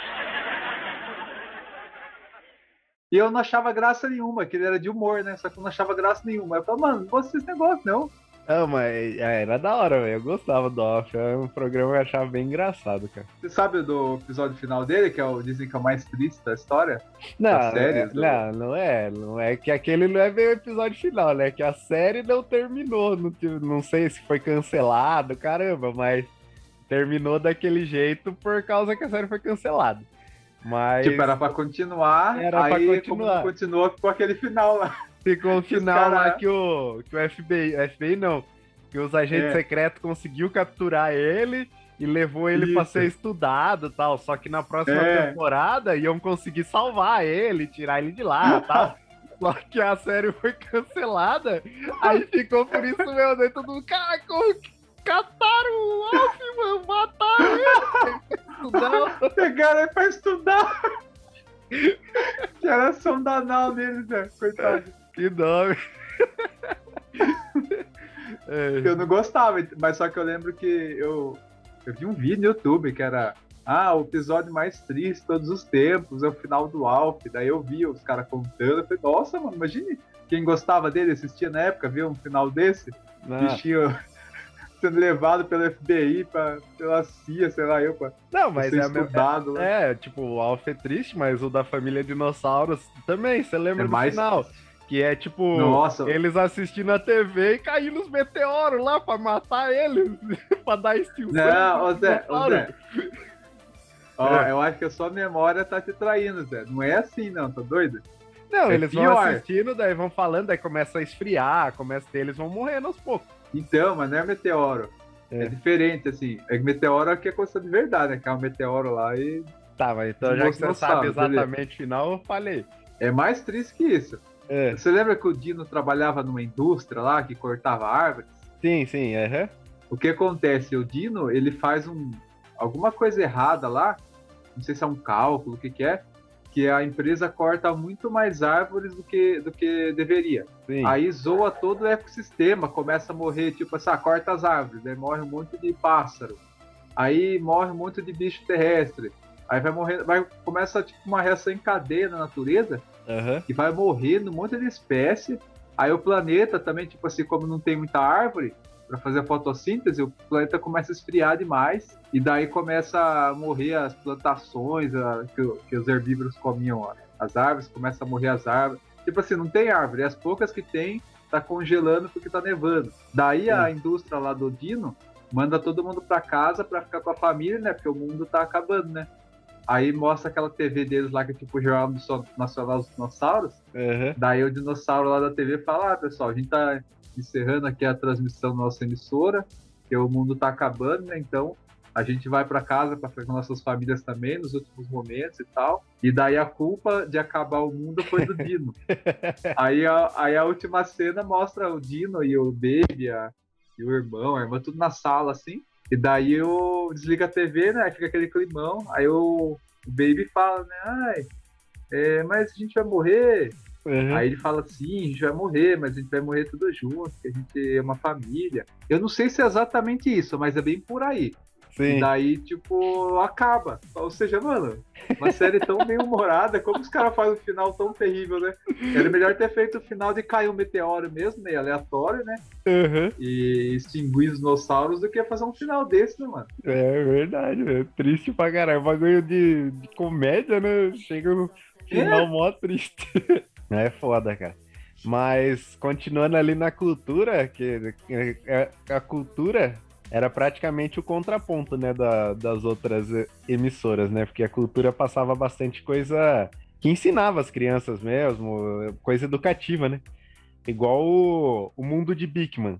A: E eu não achava graça nenhuma, que ele era de humor, né? Só que eu não achava graça nenhuma. Eu falei, mano, não vou assistir esse negócio, não.
B: Não, mas é, era da hora, velho. Eu gostava do Alf. Era um programa que eu achava bem engraçado, cara.
A: Você sabe do episódio final dele, que é o, dizem que é o mais triste da história?
B: Não,
A: Da série,
B: é,
A: do-
B: não, não é. Não é que aquele não é bem o episódio final, né? Que a série não terminou. Não, tive- não sei se foi cancelado, caramba, mas terminou daquele jeito por causa que a série foi cancelada. Mas
A: Tipo, era pra continuar,
B: Era pra
A: aí
B: continuar.
A: como não continuou, ficou aquele final lá.
B: ficou o
A: que os
B: final lá
A: cara-
B: que o, que o F B I, F B I não, que os agentes
A: É.
B: secretos conseguiu capturar ele e levou ele pra
A: Isso.
B: ser estudado e tal. Só que na próxima
A: É.
B: temporada iam conseguir salvar ele, tirar ele de lá e tal. Só que a série foi cancelada, aí ficou por isso mesmo, daí todo mundo, cara, como que cataram o Alf, mano, mataram ele. Estudar.
A: Pegaram ele pra estudar. Que era sonda anal deles, né? Coitado.
B: Que nome. É.
A: Eu não gostava, mas só que eu lembro que eu, eu vi um vídeo no YouTube que era ah, o episódio mais triste de todos os tempos, é o final do Alf. Daí eu vi os caras contando, eu falei, nossa, mano, imagine quem gostava dele, assistia na época, viu um final desse,
B: Não.
A: bichinho sendo levado pelo F B I, pra, pela C I A, sei lá, eu, pra,
B: Não,
A: pra
B: mas
A: ser
B: é a mesma.
A: estudado. lá.
B: É, tipo, o Alf é triste, mas o da família Dinossauros também, você lembra
A: É
B: do
A: mais-
B: final? Que é tipo,
A: Nossa.
B: eles assistindo a T V e caindo os meteoros lá pra matar eles, pra dar extinção.
A: Não, ô
B: dos
A: Zé, ô
B: dinossauros.
A: Zé. Ó,
B: É.
A: eu acho que a sua memória tá te traindo, Zé. Não é assim, não, tá doido?
B: Não,
A: é
B: eles vão
A: pior.
B: assistindo, daí vão falando, daí começa a esfriar, começa a eles vão morrendo aos poucos.
A: Então, mas não é meteoro. É,
B: É.
A: diferente, assim. É que meteoro é que é coisa de verdade, né? Que é um meteoro lá e
B: Tá, mas então já que você
A: Dinossauro,
B: sabe
A: beleza.
B: exatamente o final, eu falei.
A: é mais triste que isso.
B: É.
A: Você lembra que o Dino trabalhava numa indústria lá que cortava árvores?
B: Sim, sim, aham.
A: O que acontece? O Dino, ele faz um, alguma coisa errada lá, não sei se é um cálculo, o que que é, que a empresa corta muito mais árvores do que, do que deveria.
B: Sim.
A: Aí zoa todo o ecossistema, começa a morrer, tipo assim, ah, corta as árvores, aí morre um monte de pássaro, aí morre um monte de bicho terrestre, aí vai morrer, vai, começa tipo uma reação em cadeia na natureza,
B: Aham.
A: e vai morrendo um monte de espécie. Aí o planeta também, tipo assim, como não tem muita árvore para fazer a fotossíntese, o planeta começa a esfriar demais e daí começa a morrer as plantações a, que, o- que os herbívoros comiam ó, as árvores, começa a morrer as árvores. Tipo assim, não tem árvore, e as poucas que tem tá congelando porque tá nevando. Daí a indústria lá do Dino manda todo mundo para casa para ficar com a família, né? Porque o mundo tá acabando, né? Aí mostra aquela T V deles lá que é tipo o Jornal Nacional dos Dinossauros.
B: Aham.
A: Daí o dinossauro lá da T V fala, ah, pessoal, a gente tá encerrando aqui a transmissão da nossa emissora, que o mundo tá acabando, né? Então a gente vai para casa para ficar com nossas famílias também nos últimos momentos e tal. E daí a culpa de acabar o mundo foi do Dino. aí, a, aí a última cena mostra o Dino e o Baby a, e o irmão, a irmã, tudo na sala assim. E daí eu desliga a T V, né? Fica aquele climão. Aí o, o Baby fala, né? Ai, é, mas a gente vai morrer.
B: Aham.
A: Aí ele fala assim, a gente vai morrer, mas a gente vai morrer tudo junto, que a gente é uma família. Eu não sei se é exatamente isso, mas é bem por aí.
B: Sim.
A: E daí, tipo, acaba. Ou seja, mano, uma série tão bem humorada, como os caras fazem um final tão terrível, né? Era melhor ter feito o final de cair um meteoro mesmo, meio aleatório, né?
B: Aham.
A: E extinguir os dinossauros do que fazer um final desse, né, mano?
B: É verdade, velho. Triste pra caralho. Bagulho de, de comédia, né? Chega no final mó triste. É foda, cara. Mas, continuando ali na cultura, que que a cultura era praticamente o contraponto, né, da- das outras eh, emissoras, né? Porque a cultura passava bastante coisa que ensinava as crianças mesmo, coisa educativa, né? Igual o, o Mundo de Bigman.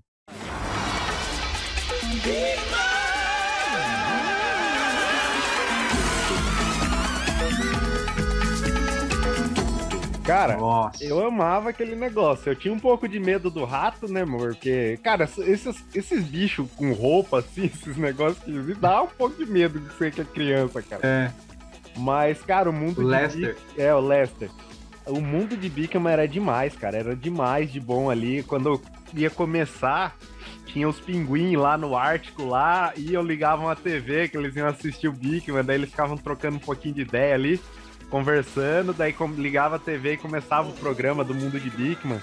B: Cara,
A: Nossa.
B: eu amava aquele negócio. Eu tinha um pouco de medo do rato, né, amor? Porque, cara, esses, esses bichos com roupa, assim, esses negócios que me dá um pouco de medo de ser que é criança, cara.
A: É.
B: Mas, cara, o mundo
A: O
B: de
A: Lester.
B: Bic- É, o Lester. O mundo de Bikman era demais, cara. Era demais de bom ali. Quando eu ia começar, tinha os pinguins lá no Ártico lá, e eu ligavam a T V, que eles iam assistir o Bikman, daí eles ficavam trocando um pouquinho de ideia ali, conversando, daí com- ligava a T V e começava o programa do mundo de Bikman.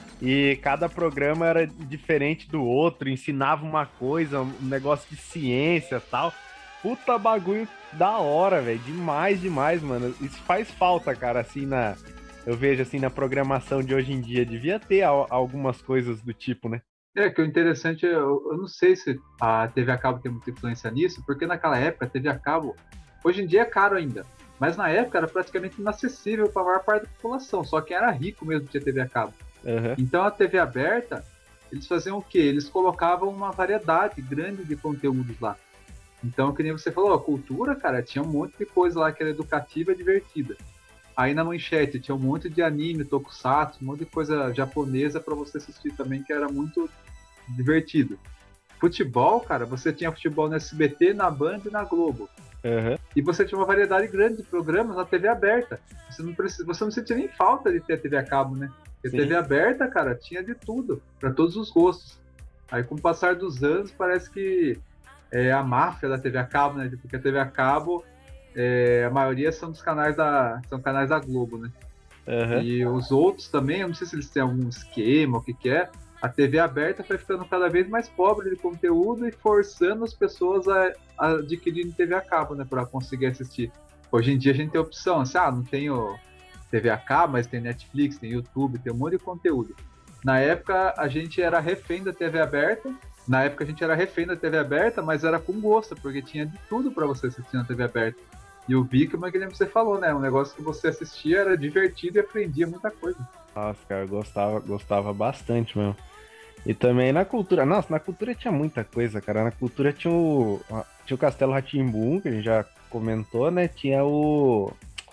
B: E cada programa era diferente do outro, ensinava uma coisa, um negócio de ciência e tal. Puta bagulho da hora, velho. Demais, demais, mano. Isso faz falta, cara, assim, na. Eu vejo assim na programação de hoje em dia. Devia ter al- algumas coisas do tipo, né?
A: É, que o interessante, é, eu, eu não sei se a T V a cabo tem muita influência nisso, porque naquela época a T V a cabo, hoje em dia é caro ainda, mas na época era praticamente inacessível para a maior parte da população, só quem era rico mesmo tinha T V a cabo.
B: Aham.
A: Então a T V aberta, eles faziam o quê? Eles colocavam uma variedade grande de conteúdos lá. Então, que nem você falou, a cultura, cara, tinha um monte de coisa lá que era educativa e divertida. Aí na manchete tinha um monte de anime, tokusatsu, um monte de coisa japonesa para você assistir também, que era muito divertido. Futebol, cara, você tinha futebol no S B T, na Band e na Globo.
B: Aham.
A: E você tinha uma variedade grande de programas na T V aberta. Você não, precisa, você não sentia nem falta de ter a T V a cabo, né? Porque
B: Sim.
A: a T V aberta, cara, tinha de tudo, para todos os gostos. Aí com o passar dos anos, parece que é a máfia da T V a cabo, né? Porque a T V a cabo, é, a maioria são dos canais da, são canais da Globo, né?
B: Aham.
A: E os outros também, eu não sei se eles têm algum esquema, o que que é, a T V aberta foi ficando cada vez mais pobre de conteúdo e forçando as pessoas a, a adquirirem T V a cabo, né, para conseguir assistir. Hoje em dia a gente tem opção, assim, ah, não tenho T V a cabo, mas tem Netflix, tem YouTube, tem um monte de conteúdo. Na época a gente era refém da T V aberta, na época a gente era refém da T V aberta, mas era com gosto, porque tinha de tudo para você assistir na T V aberta. E o Bikman, que nem você falou, né, um negócio que você assistia, era divertido e aprendia muita coisa.
B: Nossa, cara, eu gostava, gostava bastante mesmo. E também na cultura. Nossa, na cultura tinha muita coisa, cara. Na cultura tinha o, tinha o Castelo Rá-Tim-Bum, que a gente já comentou, né? Tinha o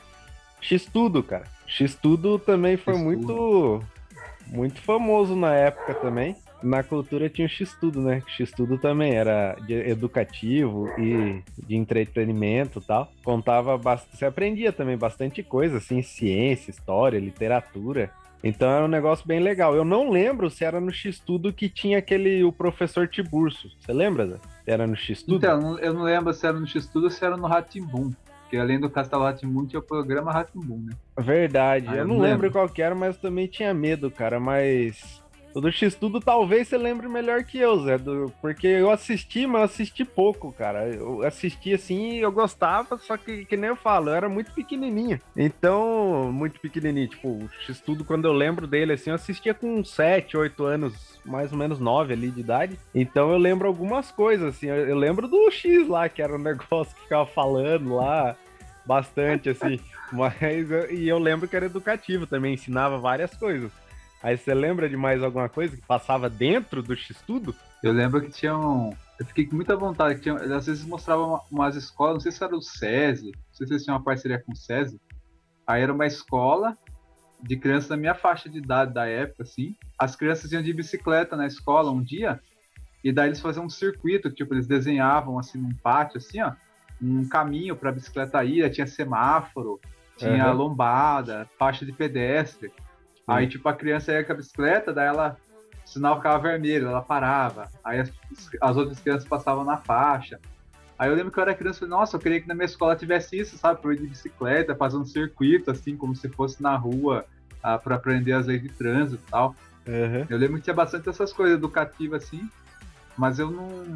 B: X-Tudo, cara. X-Tudo também foi
A: X-Tudo.
B: muito, muito famoso na época também. Na cultura tinha o X-Tudo, né? X-Tudo também era de educativo e de entretenimento e tal. Contava bastante. Você aprendia também bastante coisa, assim, ciência, história, literatura. Então era um negócio bem legal. Eu não lembro se era no X-Tudo que tinha aquele, o professor Tiburcio. Você lembra, Zé? Era no X-Tudo?
A: Então, eu não- eu não lembro se era no X-Tudo ou se era no Rá-Tim-Bum. Porque além do Castelo Rá-Tim-Bum tinha o programa Rá-Tim-Bum, né?
B: Verdade.
A: Ah,
B: eu
A: eu
B: não
A: não
B: lembro
A: lembro.
B: qual que era, mas eu também tinha medo, cara. Mas o do X-Tudo talvez você lembre melhor que eu, Zé. do- Porque eu assisti, mas eu assisti pouco, cara. Eu assisti assim e eu gostava, só que, que nem eu falo, eu era muito pequenininho. Então, muito pequenininho. Tipo, o X-Tudo, quando eu lembro dele, assim, eu assistia com sete, oito anos, mais ou menos nove ali de idade. Então eu lembro algumas coisas, assim. Eu, eu lembro do X lá, que era um negócio que ficava falando lá bastante, assim. Mas, eu- e eu lembro que era educativo também, ensinava várias coisas. Aí você lembra de mais alguma coisa que passava dentro do X-Tudo?
A: Eu lembro que tinha um... Eu fiquei com muita vontade, que tinha... às vezes mostravam uma- umas escolas, não sei se era o SESI, não sei se eles tinham uma parceria com o SESI. Aí era uma escola de crianças da minha faixa de idade da época, assim. As crianças iam de bicicleta na escola um dia, e daí eles faziam um circuito, tipo, eles desenhavam, assim, num pátio, assim, ó, um caminho para a bicicleta ir, aí tinha semáforo, tinha
B: Aham.
A: lombada, faixa de pedestre. Aí, tipo, a criança ia com a bicicleta, daí ela, o sinal ficava vermelho, ela parava. Aí as, as outras crianças passavam na faixa. Aí eu lembro que eu era criança e falei, nossa, eu queria que na minha escola tivesse isso, sabe? Pra eu ir de bicicleta, fazer um circuito, assim, como se fosse na rua, ah, para aprender as leis de trânsito e tal.
B: Aham.
A: Eu lembro que tinha bastante essas coisas educativas, assim, mas eu não...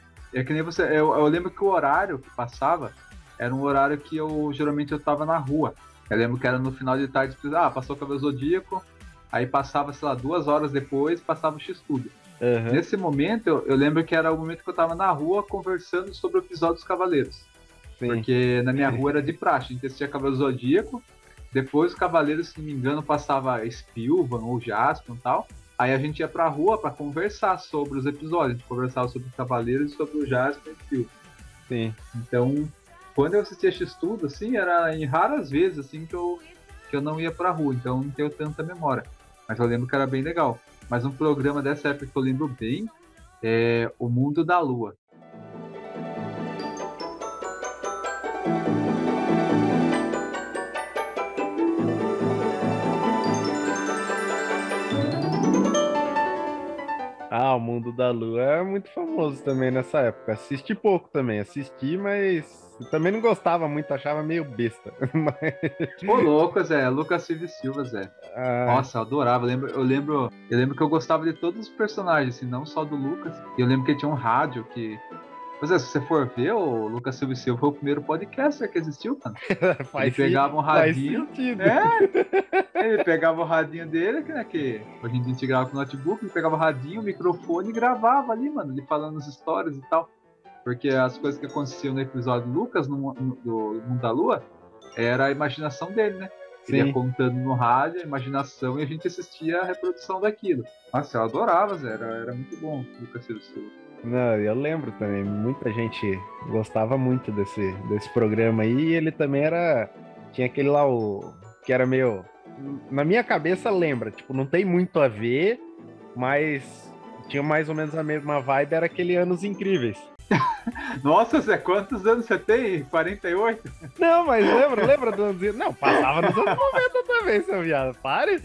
A: É que nem você... Eu, eu lembro que o horário que passava era um horário que eu, geralmente, eu tava na rua. Eu lembro que era no final de tarde, ah, passou o Cavaleiro Zodíaco, aí passava, sei lá, duas horas depois, passava o X-Tudo.
B: Aham.
A: Nesse momento, eu, eu lembro que era o momento que eu tava na rua conversando sobre o episódio dos Cavaleiros.
B: Sim.
A: Porque na minha rua era de praxe, a gente assistia Cavaleiro Zodíaco, depois os Cavaleiros, se não me engano, passava Spilvan ou Jaspion e tal. Aí a gente ia pra rua pra conversar sobre os episódios, a gente conversava sobre os Cavaleiros e sobre o Jaspion e Spilvan.
B: Sim.
A: Então, quando eu assistia X-Tudo, assim, era em raras vezes, assim, que eu, que eu não ia pra rua, então não tenho tanta memória. Mas eu lembro que era bem legal. Mas um programa dessa época que eu lembro bem é O Mundo da Lua.
B: Ah, o Mundo da Lua é muito famoso também nessa época. Assisti pouco também, assisti, mas também não gostava muito, achava meio besta. Mas,
A: Ô, louco, Zé. Lucas Silva e Silva, Zé.
B: ah,
A: Nossa, eu adorava. Eu lembro, eu lembro, eu lembro que eu gostava de todos os personagens, assim, não só do Lucas. E eu lembro que tinha um rádio que. Pois é, se você for ver, o Lucas Silva e Silva foi o primeiro podcaster que existiu, mano.
B: faz,
A: Ele pegava um
B: faz
A: radinho.
B: sentido.
A: É, ele pegava o radinho dele, que, né, que hoje em dia a gente grava com notebook, ele pegava o radinho, o microfone e gravava ali, mano, ele falando as histórias e tal. Porque as coisas que aconteciam no episódio do Lucas, no, no, do Mundo da Lua, era a imaginação dele, né? Ele
B: Sim.
A: ia contando no rádio, a imaginação, e a gente assistia a reprodução daquilo. Nossa, eu adorava, Zé, era, era muito bom o Lucas Silva e Silva.
B: Não, eu lembro também, muita gente gostava muito desse, desse programa aí, e ele também era, tinha aquele lá, o, que era meio, na minha cabeça lembra, tipo, não tem muito a ver, mas tinha mais ou menos a mesma vibe, era aquele Anos Incríveis.
A: Nossa, Zé, quantos anos você tem? quarenta e oito?
B: Não, mas lembra, lembra do Anos Não, passava nos anos noventa também, seu viado, pare!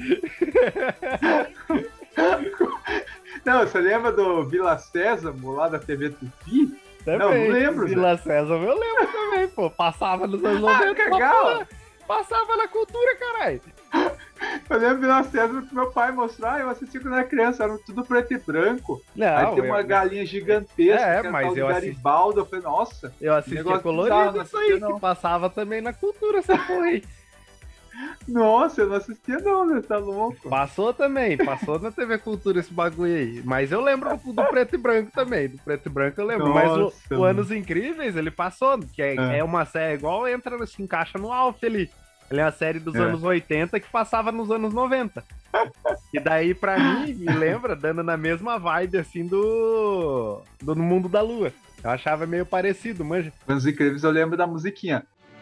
A: Não, você lembra do Vila Sésamo, lá da T V Tupi?
B: Também,
A: Não, não lembro,
B: Vila Sésamo, eu lembro também, pô, passava nos anos
A: Ah,
B: noventa,
A: que legal!
B: passava na cultura, caralho.
A: Eu lembro do Vila Sésamo que meu pai mostrou, ah, eu assisti quando era criança, era tudo preto e branco.
B: Não,
A: Aí tem uma
B: eu-
A: galinha gigantesca,
B: É,
A: que era
B: mas
A: tal do
B: eu assisti-
A: Garibaldo, eu falei, nossa,
B: Eu assistia
A: negócio
B: colorido
A: bizarro, não
B: isso aí,
A: assistia, não.
B: que passava também na cultura essa porra aí.
A: nossa, eu não assistia não, né, tá louco?
B: Passou também, passou na T V Cultura esse bagulho aí. Mas eu lembro do preto e branco também, do preto e branco eu lembro. Mas
A: Nossa,
B: o, o
A: mano.
B: Anos Incríveis, ele passou, que é,
A: É.
B: é uma série igual, entra, se encaixa no Alf ali. Ele é uma série dos
A: É.
B: anos oitenta que passava nos anos noventa. E daí, pra mim, me lembra, dando na mesma vibe, assim, do, do No Mundo da Lua. Eu achava meio parecido, manja.
A: Nos Incríveis eu lembro da musiquinha.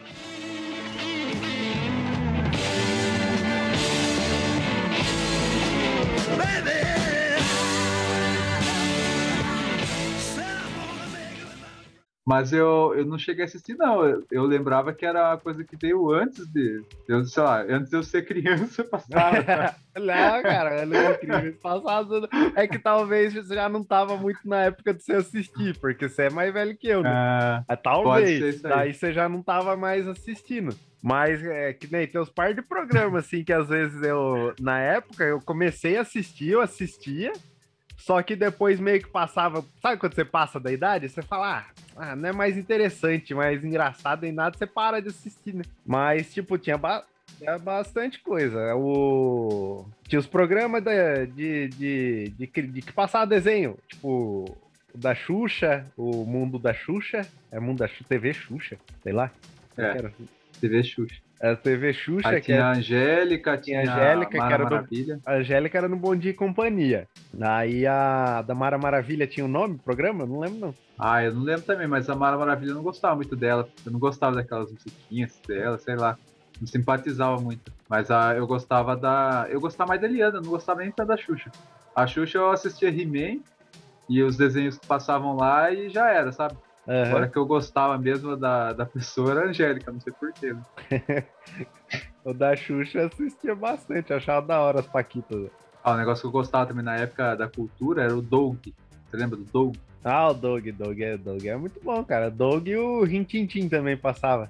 A: Mas eu, eu não cheguei a assistir, não. Eu, eu lembrava que era uma coisa que veio antes de. Eu, sei lá, antes de eu ser criança, passava.
B: Não, cara, Anos Incríveis passados. É que talvez você já não tava muito na época de você assistir, porque você é mais velho que eu, né?
A: Ah,
B: Ah,
A: pode ser
B: talvez.
A: isso aí.
B: Daí você já não tava mais assistindo. Mas é que nem tem uns par de programas, assim, que às vezes eu, na época, eu comecei a assistir, eu assistia, só que depois meio que passava. Sabe quando você passa da idade? Você fala, ah, ah, não é mais interessante, mais engraçado nem nada, você para de assistir, né? Mas, tipo, tinha ba- tinha bastante coisa. O... Tinha os programas da- de, de, de, que- de que passava desenho, tipo, o da Xuxa, o Mundo da Xuxa, é Mundo da Xuxa, T V Xuxa, sei lá.
A: É.
B: Que era?
A: T V Xuxa.
B: É a T V Xuxa,
A: Aí
B: que
A: tinha
B: é
A: a Angélica,
B: tinha
A: tinha
B: a Angélica,
A: a Mara
B: que era do-
A: Maravilha.
B: a Angélica era no Bom Dia e Companhia. Aí a da Mara Maravilha tinha um nome, programa? Eu não lembro, não.
A: Ah, eu não lembro também, mas a Mara Maravilha eu não gostava muito dela. Eu não gostava daquelas musiquinhas dela, sei lá. Não simpatizava muito. Mas a, eu gostava da. Eu gostava mais da Eliana, eu não gostava nem tanto da Xuxa. A Xuxa eu assistia He-Man e os desenhos que passavam lá e já era, sabe?
B: Aham.
A: Agora que eu gostava mesmo da, da pessoa era a Angélica, não sei porquê. Né?
B: O da Xuxa eu assistia bastante, achava da hora as Paquitas.
A: Ah, o negócio que eu gostava também na época da cultura era o Doug. Você lembra do Doug?
B: Ah, o Doug, Doug é, Doug é muito bom, cara. Doug e o Rintintim também passava.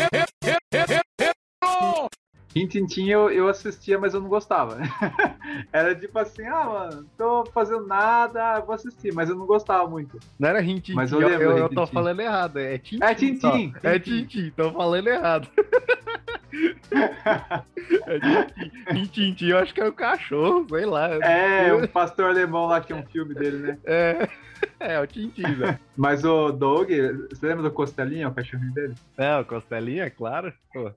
A: Rintintin eu, eu assistia, mas eu não gostava. Era tipo assim, ah, mano, tô fazendo nada, ah, vou assistir, mas eu não gostava muito.
B: Não era Rintintim,
A: Mas eu
B: eu,
A: lembro
B: eu,
A: do
B: eu tô
A: Rintintim.
B: falando errado, é Tintim.
A: É Tintim,
B: só. É
A: Tintim.
B: Tintim, tô falando errado. É Tintim. Rintintim, eu acho que é o cachorro, sei lá.
A: É, o Pastor Alemão lá, que é um filme dele, né?
B: É, é o Tintim, velho.
A: Mas o Doug, você lembra do Costelinha, o cachorrinho dele?
B: É, o Costelinha, é claro. Pô.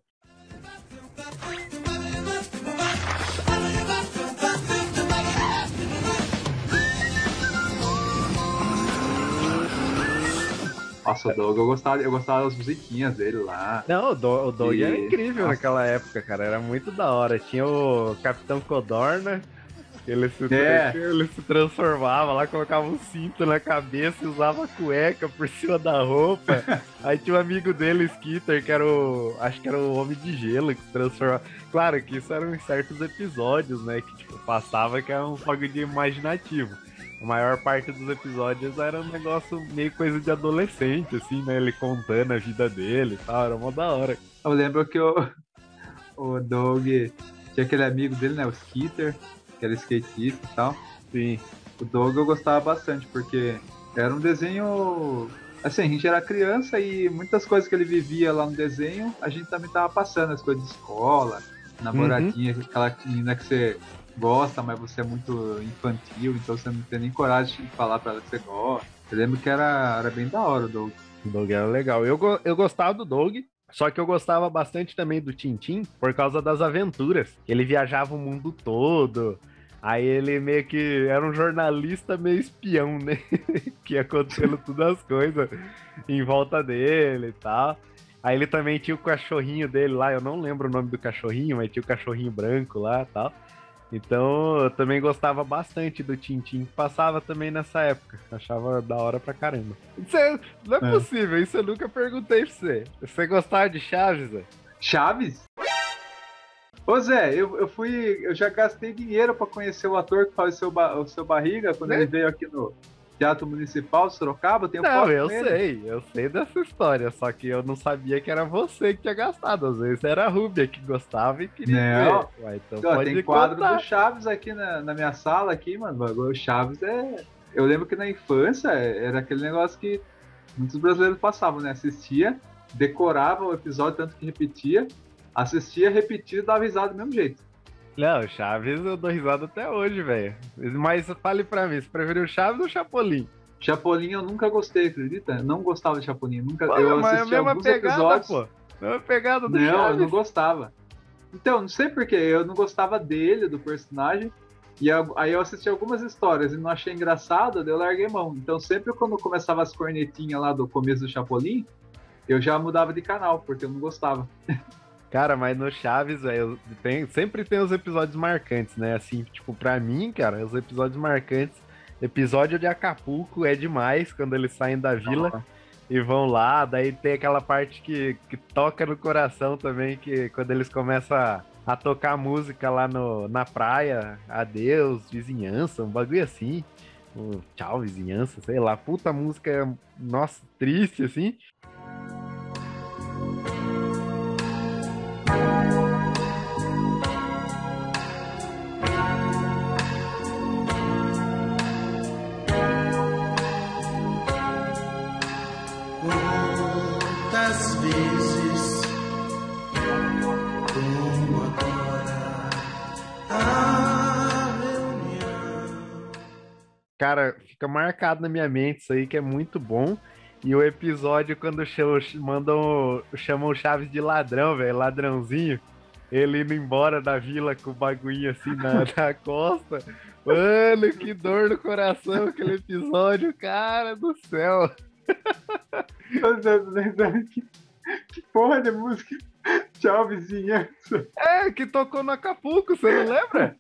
A: Nossa, o Doug, eu gostava, eu gostava das musiquinhas dele lá.
B: Não, o, Do, o Doug
A: E-
B: era incrível
A: Nossa.
B: naquela época, cara. Era muito da hora. Tinha o Capitão Codorna, que ele se,
A: É.
B: ele se transformava lá, colocava um cinto na cabeça e usava cueca por cima da roupa. Aí tinha um amigo dele, Skitter, que era o. Acho que era o Homem de Gelo, que se transformava. Claro que isso eram em certos episódios, né? Que tipo, passava que era um bagulho de imaginativo. a maior parte dos episódios era um negócio meio coisa de adolescente, assim, né? Ele contando a vida dele e tal, era mó da hora.
A: Eu lembro que o, o Doug tinha aquele amigo dele, né? O Skeeter, que era skatista e tal.
B: Sim.
A: O Doug eu gostava bastante, porque era um desenho. Assim, a gente era criança e muitas coisas que ele vivia lá no desenho, a gente também tava passando, as coisas de escola, namoradinha, uhum. Aquela menina que você gosta, mas você é muito infantil, então você não tem nem coragem de falar pra ela que você gosta. Eu lembro que era, era bem da hora o Doug.
B: O Doug era legal. Eu, eu gostava do Doug, só que eu gostava bastante também do Tintim por causa das aventuras. Ele viajava o mundo todo. Aí ele meio que era um jornalista meio espião, né? Que ia acontecendo todas as coisas em volta dele e tal. Aí ele também tinha o cachorrinho dele lá, eu não lembro o nome do cachorrinho, mas tinha o cachorrinho branco lá e tal. Então eu também gostava bastante do Tintim, que passava também nessa época. Achava da hora pra caramba. Isso é, não é, é possível, isso eu nunca perguntei pra você. Você gostava de Chaves, Zé?
A: Chaves? Ô Zé, eu, eu fui. Eu já gastei dinheiro pra conhecer o ator que faz o seu, ba, o seu Barriga quando é? ele veio aqui no Teatro Municipal de Sorocaba. Tem um
B: não, eu sei, eu sei dessa história, só que eu não sabia que era você que tinha gastado. Às vezes era a Rúbia que gostava e queria
A: não.
B: ver. Ué, então
A: Ó,
B: pode
A: tem quadro
B: contar.
A: do Chaves aqui na, na minha sala, aqui, mano. O Chaves é. Eu lembro que na infância era aquele negócio que muitos brasileiros passavam, né? Assistia, decorava o episódio, tanto que repetia. Assistia, repetia e dava risada do mesmo jeito.
B: Não, Chaves eu dou risada até hoje, velho. Mas fale pra mim, você preferiu Chaves ou Chapolin?
A: Chapolin eu nunca gostei, acredita? Eu não gostava de Chapolin. Nunca,
B: pô,
A: eu
B: mas
A: assisti
B: é a mesma
A: alguns
B: pegada,
A: episódios.
B: Pô. Mesma pegada do
A: não,
B: Chaves.
A: eu não gostava. Então, não sei porquê, eu não gostava dele, do personagem. E eu, aí eu assisti algumas histórias e não achei engraçado, daí eu larguei mão. Então sempre quando começava as cornetinhas lá do começo do Chapolin, eu já mudava de canal, porque eu não gostava.
B: Cara, mas no Chaves, velho, tem, sempre tem os episódios marcantes, né? Assim, tipo, pra mim, cara, os episódios marcantes. Episódio de Acapulco é demais, quando eles saem da vila uhum. e vão lá. Daí tem aquela parte que, que toca no coração também, que quando eles começam a, a tocar música lá no, na praia. Adeus, vizinhança, um bagulho assim. Um, tchau, vizinhança, sei lá. Puta música, nossa, triste, assim.
G: Quantas vezes, como agora, a reunião.
B: Cara, fica marcado na minha mente isso aí, que é muito bom. E o episódio, quando chamam, mandam, chamam o Chaves de ladrão, velho, ladrãozinho, ele indo embora da vila com o bagulho assim na, na costa. Mano, que dor no coração aquele episódio, cara do céu.
A: que, que porra de música? Tchau, vizinhança.
B: É, que tocou no Acapulco, você não lembra?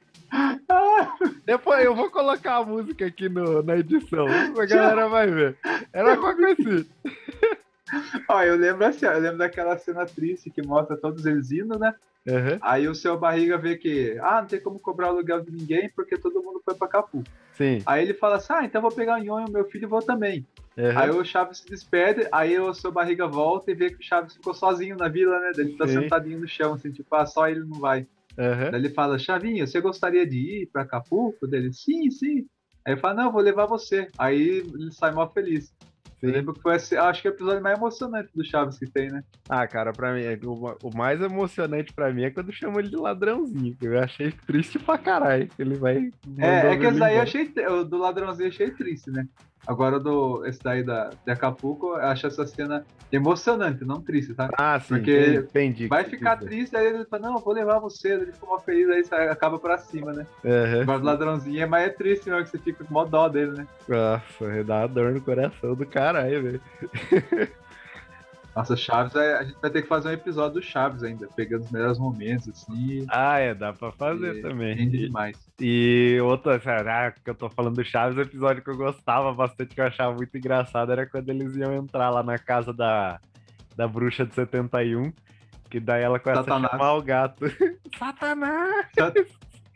B: Depois eu vou colocar a música aqui no, na edição, a galera vai ver. Era uma coisa assim.
A: Ó, eu lembro assim, ó, eu lembro daquela cena triste que mostra todos eles indo, né?
B: Uhum.
A: Aí o seu Barriga vê que, ah, não tem como cobrar o aluguel de ninguém porque todo mundo foi pra Acapulco.
B: Sim.
A: Aí ele fala assim, ah, então eu vou pegar o Nhonho, meu filho, e vou também. Uhum. Aí o Chaves se despede, aí o seu Barriga volta e vê que o Chaves ficou sozinho na vila, né? Ele tá Sim. sentadinho no chão, assim, tipo, ah, só ele não vai. Uhum. Daí ele fala, Chavinho, você gostaria de ir pra Acapulco? Dele, sim, sim. Aí ele fala, não, eu vou levar você. Aí ele sai mó feliz. Sim. Eu lembro que foi esse, acho que é o episódio mais emocionante do Chaves que tem, né?
B: Ah, cara, pra mim, o, o mais emocionante pra mim é quando chamam ele de ladrãozinho. Eu achei triste pra caralho que ele vai...
A: É, é que esse daí eu achei, o do ladrãozinho eu achei triste, né? Agora, do, esse daí da, de Acapulco, eu acho essa cena emocionante, não triste, tá?
B: Ah, sim,
A: porque
B: entendi.
A: Vai ficar triste, aí ele fala, não, eu vou levar você, ele ficou mó feliz, aí você acaba pra cima, né?
B: Uhum.
A: Agora, o ladrãozinho é mais é triste, mesmo, que você fica com mó dó dele, né?
B: Nossa, dá uma dor no coração do caralho, velho.
A: Nossa, Chaves, a gente vai ter que fazer um episódio do Chaves ainda, pegando os melhores momentos, assim.
B: Ah, é, dá pra fazer e, também.
A: Rende demais.
B: E outra, ah, que eu tô falando do Chaves, o episódio que eu gostava bastante, que eu achava muito engraçado, era quando eles iam entrar lá na casa da, da bruxa de setenta e um, que daí ela começa Satanás. a chamar o gato. Satanás!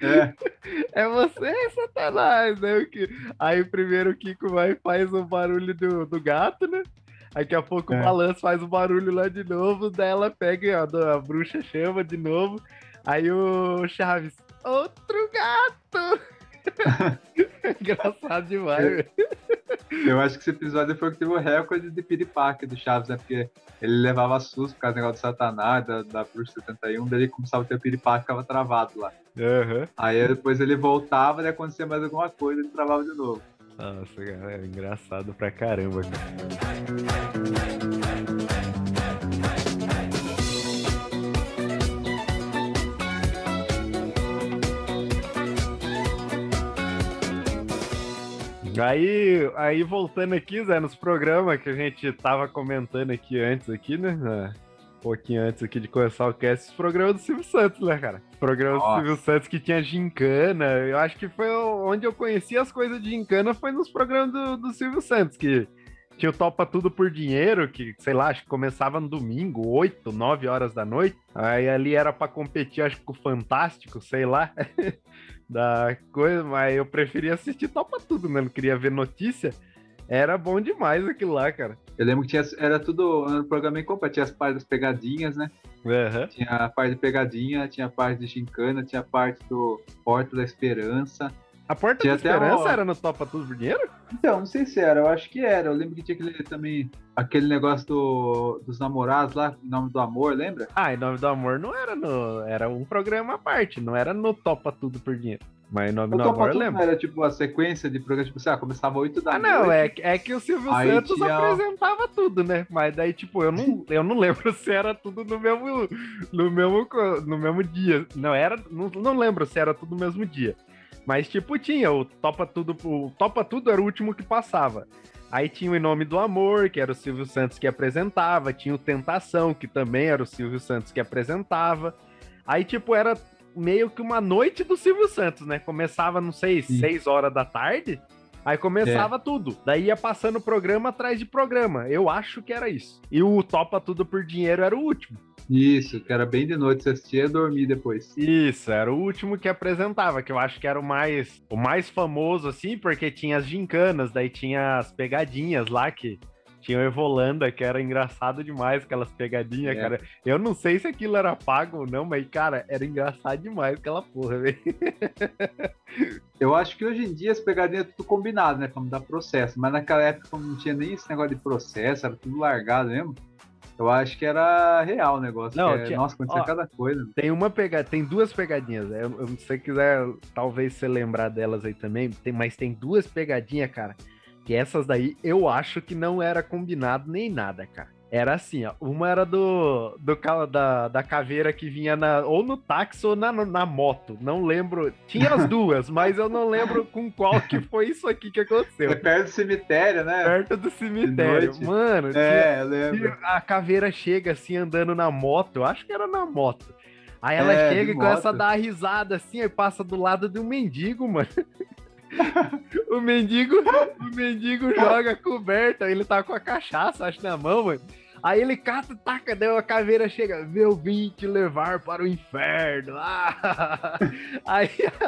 A: É,
B: É você, Satanás, né? O que- Aí primeiro o Kiko vai e faz o barulho do, do gato, né? Aí daqui a pouco
A: É.
B: o balanço faz o barulho lá de novo, daí ela pega, e, ó, a bruxa chama de novo. Aí o Chaves, outro gato! Engraçado demais,
A: É.
B: velho.
A: eu acho que esse episódio foi o que teve o recorde de piripaque do Chaves, né? Porque ele levava susto por causa do negócio do Satanás, da, da Bruxa setenta e um, daí ele começava a ter o piripaque e ficava travado lá.
B: Aham.
A: Aí depois ele voltava e acontecia mais alguma coisa, ele travava de novo.
B: Nossa, cara, é engraçado pra caramba, cara. Aí, aí voltando aqui, Zé, nos programas que a gente tava comentando aqui antes, aqui, né? Ah, Um pouquinho antes aqui de começar o cast, os programas do Silvio Santos, né, cara? Os programas do
A: Nossa.
B: Silvio Santos que tinha gincana. Eu acho que foi onde eu conheci as coisas de gincana, foi nos programas do, do Silvio Santos, que tinha o Topa Tudo por Dinheiro, que, sei lá, acho que começava no domingo, oito, nove horas da noite. Aí ali era pra competir, acho que com o Fantástico, sei lá. Da coisa, mas eu preferia assistir Topa Tudo, né? Não queria ver notícia. Era bom demais aquilo lá, cara.
A: Eu lembro que tinha, era tudo no programa bem completo, tinha as partes das pegadinhas, né?
B: Aham.
A: Tinha a parte de pegadinha, tinha a parte de gincana, tinha a parte do Porta da Esperança.
B: A Porta
A: Tinha
B: da
A: até
B: Esperança
A: uma-
B: era no Topa Tudo por Dinheiro?
A: Então, não sei se era, eu acho que era. Eu lembro que tinha aquele também, aquele negócio do, dos namorados lá, em nome do amor, lembra?
B: Ah, Em Nome do Amor não era no... Era um programa à parte, não era no Topa Tudo por Dinheiro. Mas Em Nome
A: O
B: do
A: Topa
B: Amor eu
A: Tudo
B: lembro.
A: não era tipo a sequência de programa, tipo assim, ah, começava oito da
B: Ah,
A: noite.
B: não, é, é que o Silvio
A: Aí
B: Santos
A: tinha-
B: apresentava tudo, né? Mas daí, tipo, eu não, eu não lembro se era tudo no mesmo, no mesmo, co- no mesmo dia. Não, era, não, não lembro se era tudo no mesmo dia. Mas, tipo, tinha o Topa Tudo, o Topa Tudo era o último que passava. Aí tinha o Em Nome do Amor, que era o Silvio Santos que apresentava. Tinha o Tentação, que também era o Silvio Santos que apresentava. Aí, tipo, era meio que uma noite do Silvio Santos, né? Começava, não sei,
A: Sim.
B: seis horas da tarde. Aí começava tudo. Daí ia passando programa atrás de programa. Eu acho que era isso. E o Topa Tudo por Dinheiro era o último.
A: Isso, que era bem de noite, você assistia e dormia depois.
B: Isso, era o último que apresentava, que eu acho que era o mais, o mais famoso, assim, porque tinha as gincanas, daí tinha as pegadinhas lá, que tinha o Evolanda, que era engraçado demais, aquelas pegadinhas,
A: É.
B: cara. Eu não sei se aquilo era pago ou não, mas, cara, era engraçado demais aquela porra, velho.
A: Eu acho que hoje em dia as pegadinhas é tudo combinado, né? Pra não dar processo. Mas naquela época, como não tinha nem esse negócio de processo, era tudo largado mesmo. Eu acho que era real o negócio.
B: Não,
A: que é-
B: tinha-
A: Nossa, acontecia
B: ó,
A: cada coisa.
B: Tem uma pegada, tem duas pegadinhas. Eu, eu- se você quiser, talvez você lembrar delas aí também, tem, mas tem duas pegadinhas, cara. Que essas daí eu acho que não era combinado nem nada, cara. Era assim, ó. Uma era do, do ca- da, da caveira que vinha na, ou no táxi ou na, na moto. Não lembro. Tinha as duas, mas eu não lembro com qual que foi isso aqui que aconteceu.
A: É perto do cemitério, né?
B: Perto do cemitério.
A: noite.
B: Mano, tinha,
A: É, eu lembro.
B: a caveira chega assim, andando na moto. Eu acho que era na moto. Aí ela
A: É,
B: chega
A: de
B: e começa a
A: moto.
B: dar uma risada assim, aí passa do lado de um mendigo, mano. o mendigo, o mendigo joga a coberta, ele tá com a cachaça, acho, na mão, mano. Aí ele cata, taca, daí a caveira chega, eu vim te levar para o inferno. Ah! Aí,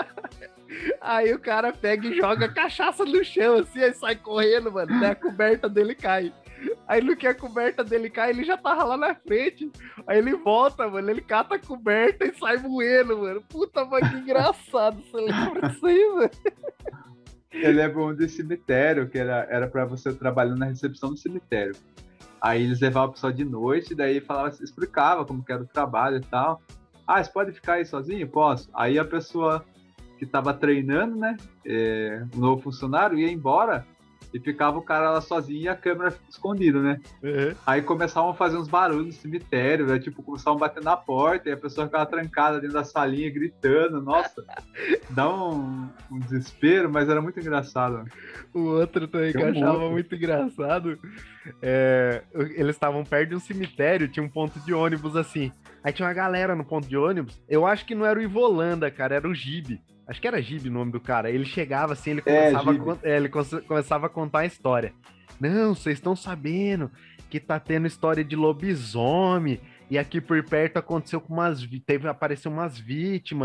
B: aí o cara pega e joga a cachaça no chão, assim, aí sai correndo, mano, daí a coberta dele cai. Aí no que a coberta dele cai, ele já tava lá na frente. Aí ele volta, mano, ele cata a coberta e sai voando, mano. Puta, mano, que engraçado. Você lembra disso aí, mano?
A: Eu lembro um de cemitério, que era, era pra você trabalhando na recepção do cemitério. Aí eles levavam o pessoal de noite, daí falava, explicava como que era o trabalho e tal. Ah, você pode ficar aí sozinho? Posso. Aí a pessoa que tava treinando, né, é, o novo funcionário, ia embora e ficava o cara lá sozinho e a câmera escondida, né?
B: Uhum.
A: Aí começavam a fazer uns barulhos no cemitério, né? Tipo, começavam a bater na porta e a pessoa ficava trancada dentro da salinha gritando. Nossa, dá um, um desespero, mas era muito engraçado.
B: O outro também que eu
A: Tem um
B: achava
A: outro.
B: muito engraçado. É, eles estavam perto de um cemitério, tinha um ponto de ônibus assim. Aí tinha uma galera no ponto de ônibus. Eu acho que não era o Ivolanda, cara, era o Gibe. Acho que era Gibe o nome do cara. Ele chegava assim, ele
A: É,
B: começava, a,
A: Gibe.
B: con- é, ele come- começava a contar a história. Não, vocês estão sabendo que tá tendo história de lobisomem. E aqui por perto aconteceu com umas. vi- Teve, apareceu umas vítimas.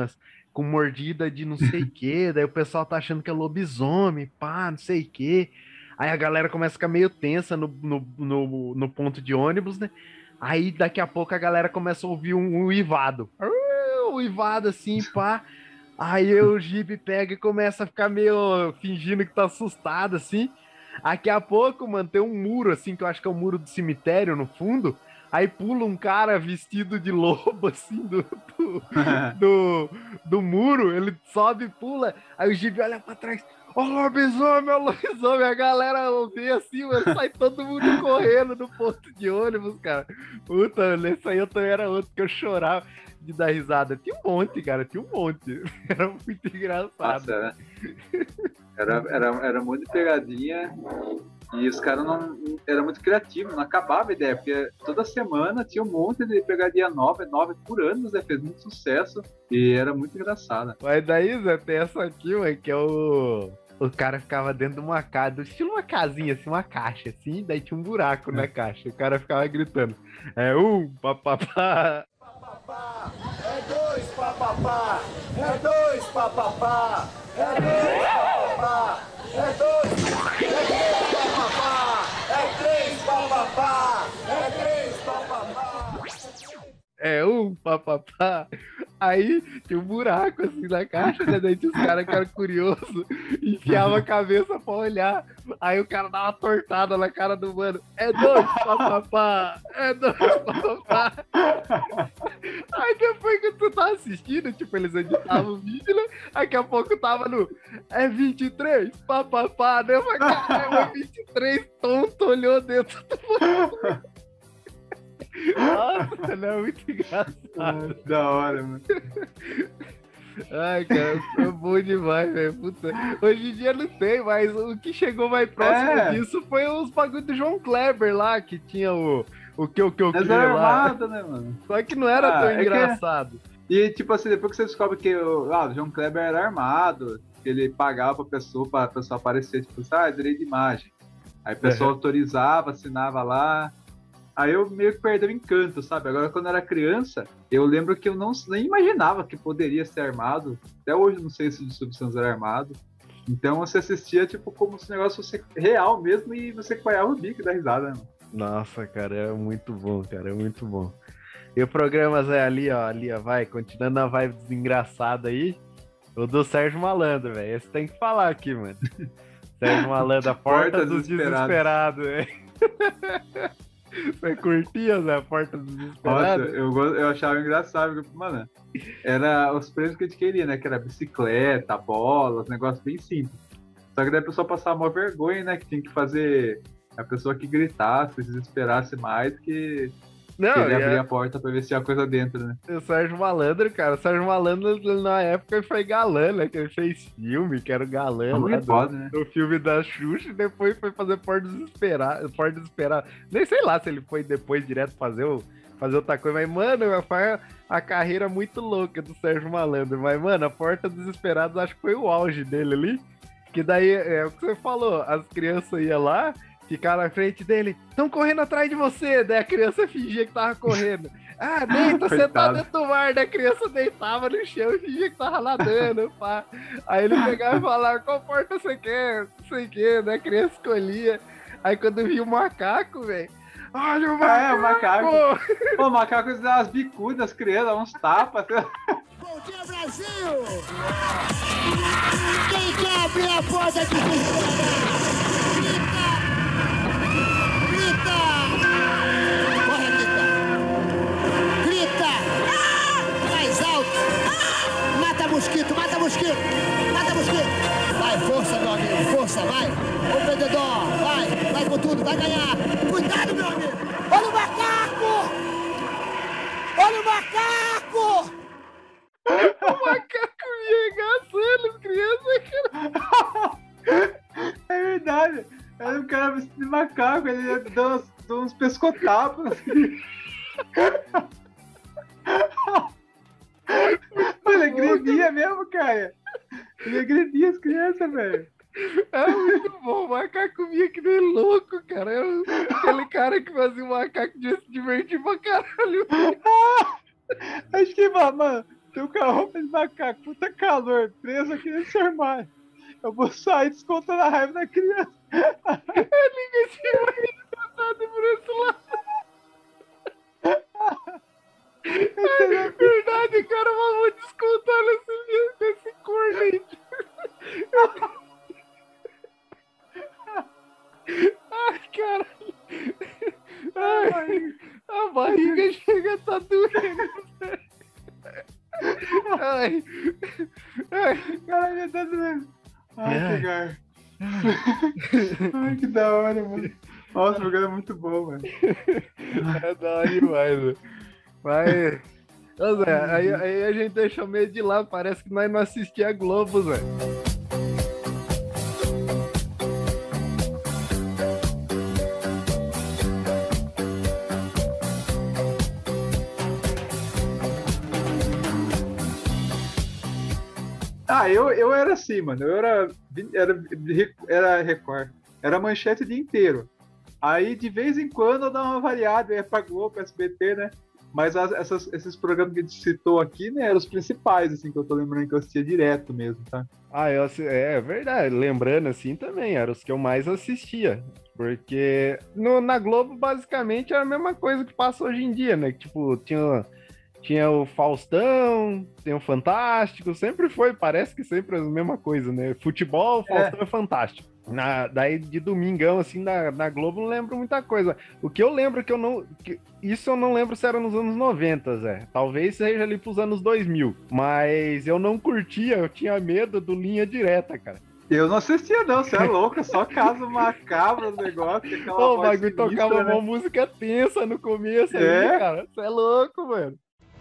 B: com mordida de não sei o que, daí o pessoal tá achando que é lobisomem, pá, não sei o que. Aí a galera começa a ficar meio tensa no, no, no, no ponto de ônibus, né? Aí daqui a pouco a galera começa a ouvir um, um uivado. Um uivado assim, pá. Aí o Jeep pega e começa a ficar meio fingindo que tá assustado, assim. Daqui a pouco, mano, tem um muro, assim, que eu acho que é o muro do cemitério no fundo. Aí pula um cara vestido de lobo, assim, do, do, do, do muro. Ele sobe e pula. Aí o Jeep olha pra trás. Ó, oh, lobisomem, ó, oh, lobisomem. A galera vê assim, mano, sai todo mundo correndo no ponto de ônibus, cara. Puta, nesse aí eu também era outro que eu chorava de dar risada. Tinha um monte, cara, tinha um monte. Era muito engraçado.
A: Nossa, era, era, era muito pegadinha. E os caras não. Era muito criativo, não acabava a ideia, porque toda semana tinha um monte de pegadinha nova, nova por anos, né? Fez muito sucesso e era muito engraçado.
B: Mas daí, Zé, tem essa aqui, mano, que é o. O cara ficava dentro de uma casa, do estilo uma casinha, assim, uma caixa, assim, daí tinha um buraco na caixa. O cara ficava gritando. É um, papapá.
D: Papapá, é dois papapá, é dois papapá, é dois papapá, é dois, é três papapá, é três papapá, é três papapá.
B: É um, papapá. Aí tinha um buraco assim na caixa, né? Daí tinha os caras que eram curiosos, enfiavam a cabeça pra olhar. Aí o cara dava uma tortada na cara do mano. É dois, papapá! É dois, papapá! Aí depois que tu tava assistindo, tipo, eles editavam o vídeo, né? Daqui a pouco tava no. É vinte e três, papapá, né? Mas caramba, é vinte e três, tonto, olhou dentro do buraco. Nossa, não é muito engraçado.
A: Da hora, mano.
B: Ai, cara, foi bom demais, velho. Puta. Hoje em dia não tem, mas o que chegou mais próximo
A: É.
B: disso foi os bagulho do João Kleber lá, que tinha o o que o que eu
A: Mas
B: queria
A: era
B: lá.
A: armado, né, mano?
B: Só que não era
A: Ah,
B: tão
A: é que-
B: engraçado.
A: E, tipo assim, depois que você descobre que o, ah, o João Kleber era armado, que ele pagava pra pessoa, pra pessoa aparecer, tipo, ah, é direito de imagem. Aí a pessoa
B: Uhum.
A: autorizava, assinava lá. Aí eu meio que perdi o encanto, sabe? Agora, quando eu era criança, eu lembro que eu não, nem imaginava que poderia ser armado. Até hoje eu não sei se o Silvio Santos era armado. Então você assistia, tipo, como se o negócio fosse real mesmo e você coiava o bico da risada, né?
B: Nossa, cara, é muito bom, cara, é muito bom. E o programa, Zé, ali, ó, ali, ó, vai, continuando a vibe desengraçada aí, o do Sérgio Malandro, velho, esse tem que falar aqui, mano. Sérgio Malandro, a porta,
A: Porta
B: dos
A: Desesperados.
B: desesperados, velho. Você curtia, Zé, a porta dos
A: Nossa,
B: desesperados?
A: eu, go- eu achava engraçado, porque, mano, era os prêmios que a gente queria, né? Que era bicicleta, bola, os negócios bem simples. Só que daí a pessoa passava uma vergonha, né? Que tinha que fazer a pessoa que gritasse, se desesperasse mais, que
B: Não,
A: ele
B: e
A: abria
B: é-
A: a porta pra ver se tinha coisa dentro, né?
B: o Sérgio Malandro, cara, o Sérgio Malandro na época ele foi galã, né? Que ele fez filme, que era o galã
A: Como
B: lá
A: que
B: do,
A: pode, né?
B: do filme da Xuxa, e depois foi fazer Porta Desesperado, Porta Desesperado. Nem sei lá se ele foi depois direto fazer, o, fazer outra coisa, mas, mano, foi a, a carreira muito louca do Sérgio Malandro. Mas, mano, a Porta Desesperados acho que foi o auge dele ali. Que daí, é o que você falou, as crianças iam lá, ficaram na frente dele, estão correndo atrás de você, daí a criança fingia que tava correndo. Ah, deita, você tá
A: Coitado.
B: dentro do mar, daí a criança deitava no chão e fingia que tava nadando, pá. Aí ele pegava e falava, qual porta você quer? Não sei o que, daí a criança escolhia. Aí quando via o macaco, velho, olha o macaco!
A: É, o macaco. Pô, o macaco dá umas bicudas nas crianças, dá uns tapas.
E: Bom dia, Brasil! Quem quer abrir a porta de desesperado? Grita! Grita! Corre, grita! Grita! Mais alto! Mata mosquito, mata mosquito! Mata mosquito! Vai, força, meu amigo, força, vai! Ô, perdedor, vai! Vai com tudo, vai ganhar! Cuidado, meu amigo! Olha o macaco! Olha o macaco!
B: O macaco vinha engaçando as crianças, cara.
A: É verdade. Era um cara vestido de macaco, ele deu uns, deu uns pescotapas. Ele agredia mesmo, cara. Ele agredia as crianças, velho.
B: É muito bom, o macaco vinha que nem louco, cara. É o- aquele cara que fazia o macaco de se divertir pra caralho.
A: Acho que, mano, Tô com a roupa de macaco, puta calor, preso aqui nesse armário. Eu vou sair descontando a raiva da criança.
B: Ninguém se vai passado por esse lado. É verdade, cara, mas vou descontar nesse, nesse corno aí. Ai, caralho. Ai, a barriga chega a tá doendo. Ai. Ai,
A: Caralho, tá doendo. Ai, que gar. Ai, que da hora, mano. Nossa, o programa é muito bom, mano.
B: é da hora demais, velho. Mas, ô Zé, aí, aí a gente deixou meio de lado, parece que nós não assistia a Globo, Zé.
A: Ah, eu, eu era assim, mano. Eu era, era, era Record. Era manchete o dia inteiro. Aí, de vez em quando, eu dava uma variada, eu ia pra Globo, pra S B T, né? Mas as, essas, esses programas que a gente citou aqui, né, eram os principais, assim, que eu tô lembrando que eu assistia direto mesmo, tá?
B: Ah, eu, assi- é verdade. Lembrando assim também, eram os que eu mais assistia. Porque no, na Globo, basicamente, era a mesma coisa que passa hoje em dia, né? Tipo, tinha, tinha o Faustão, tem o Fantástico, sempre foi, parece que sempre é a mesma coisa, né? Futebol, Faustão é, Fantástico. Na, daí de domingão, assim, na, na Globo, não lembro muita coisa. O que eu lembro que eu não. Que, isso eu não lembro se era nos anos noventa, Zé. Talvez seja ali pros anos dois mil. Mas eu não curtia, eu tinha medo do Linha Direta, cara.
A: Eu não assistia, não, você é louco, só caso macabro o negócio.
B: Ô, o bagulho tocava
A: né?
B: uma música tensa no começo,
A: é?
B: ali, cara. Você é louco, mano.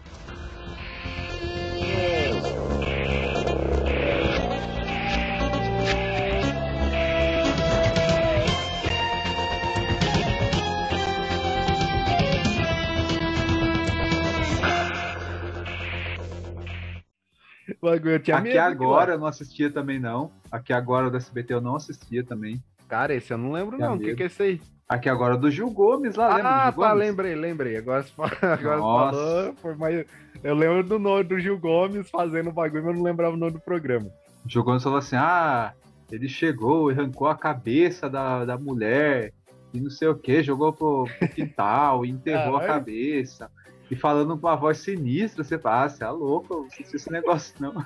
B: O bagulho, eu tinha
A: Aqui
B: medo,
A: Agora
B: cara.
A: eu não assistia também, não. Aqui Agora do S B T eu não assistia também.
B: Cara, esse eu não lembro,
A: Tinha
B: não. O que,
A: medo.
B: que é esse aí?
A: Aqui Agora do Gil Gomes lá, lembra do
B: Ah,
A: Gil
B: tá,
A: Gomes?
B: lembrei, lembrei. Agora você fa- agora você
A: Nossa.
B: falou. Foi mais... Eu lembro do nome do Gil Gomes fazendo o bagulho, mas eu não lembrava o nome do programa.
A: O Gil Gomes falou assim, ah, ele chegou e arrancou a cabeça da, da mulher e não sei o que, jogou pro, pro quintal e enterrou
B: Caralho.
A: a cabeça. E falando com uma voz sinistra, você fala, ah, você é louco, eu não assisti esse negócio não.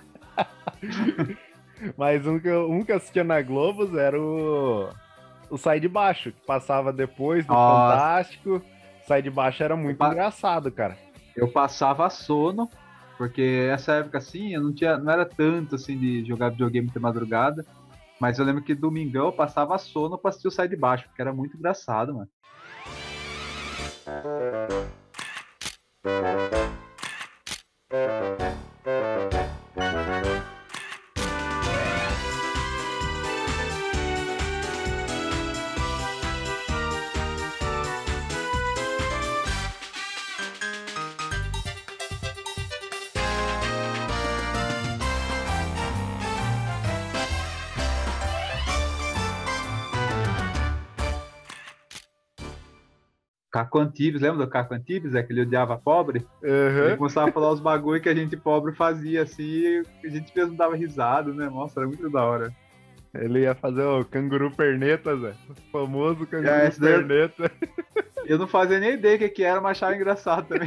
B: Mas um que, eu, um que eu assistia na Globo era o. O Sai de Baixo, que passava depois do
A: Nossa.
B: Fantástico. Sai de Baixo era muito
A: Pa-
B: engraçado, cara.
A: Eu passava sono, porque essa época assim, eu não, tinha, não era tanto assim de jogar videogame de madrugada, mas eu lembro que domingão eu passava sono pra assistir o Sai de Baixo, porque era muito engraçado, mano. Caco Antibes, lembra do Caco Antibes? É que ele odiava pobre? Ele
B: Uhum.
A: começava a falar os bagulho que a gente pobre fazia assim, e a gente mesmo dava risada, né? Nossa, era muito da hora.
B: Ele ia fazer o canguru perneta, Zé. O famoso canguru
A: É, esse daí-
B: perneta.
A: Eu não fazia nem ideia o que, que era, mas achava engraçado também.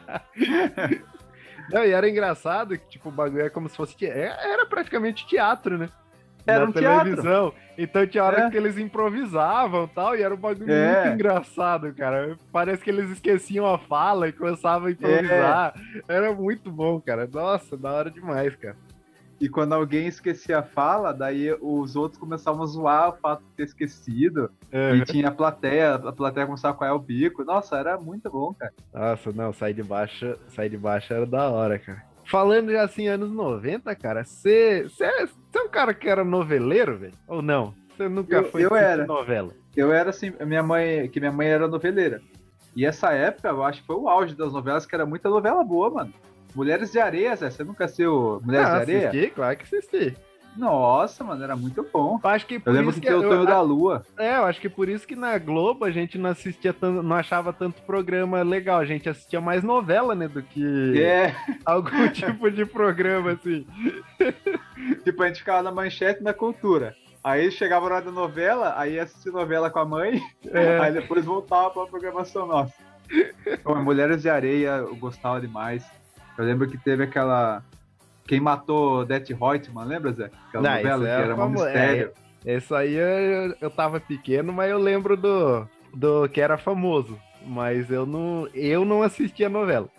B: Não, e era engraçado que, tipo, o bagulho é como se fosse. te- é- Era praticamente teatro, né?
A: Era
B: Na
A: um teatro.
B: televisão. Então tinha hora
A: É.
B: que eles improvisavam e tal, e era um bagulho
A: É.
B: muito engraçado, cara. Parece que eles esqueciam a fala e começavam a improvisar.
A: É.
B: Era muito bom, cara. Nossa, da hora demais, cara.
A: E quando alguém esquecia a fala, daí os outros começavam a zoar o fato de ter esquecido.
B: É.
A: E tinha a plateia, a plateia começava a coar o bico. Nossa, era muito bom, cara.
B: Nossa, não, sai de baixo, sai de baixo era da hora, cara. Falando já assim, anos noventa, cara, você é um cara que era noveleiro, velho? Ou não? Você nunca
A: Eu-
B: foi
A: eu
B: assistir
A: era.
B: novela?
A: Eu era assim, minha mãe, que minha mãe era noveleira. E essa época, eu acho que foi o auge das novelas, que era muita novela boa, mano. Mulheres de Areia, Zé, você nunca assistiu Mulheres
B: Ah,
A: de Areia?
B: assisti, claro que assisti.
A: Nossa, mano, era muito bom.
B: Eu acho que
A: Eu
B: por
A: lembro
B: isso
A: que tinha o
B: eu-
A: Tonho da Lua.
B: É, eu acho que por isso que na Globo a gente não assistia tanto, não achava tanto programa legal. A gente assistia mais novela, né, do que
A: É,
B: algum tipo de programa, assim.
A: tipo, a gente ficava na manchete da cultura. Aí chegava a hora da novela, aí ia assistir novela com a mãe,
B: É.
A: aí depois voltava pra programação nossa. Pô, Mulheres de Areia, eu gostava demais. Eu lembro que teve aquela... Quem matou Death Reutemann, lembra, Zé? Aquela
B: Não,
A: novela
B: isso
A: que
B: é
A: era um
B: famo-
A: mistério.
B: É, isso aí eu, eu tava pequeno, mas eu lembro do, do que era famoso. Mas eu não, eu não assistia a novela.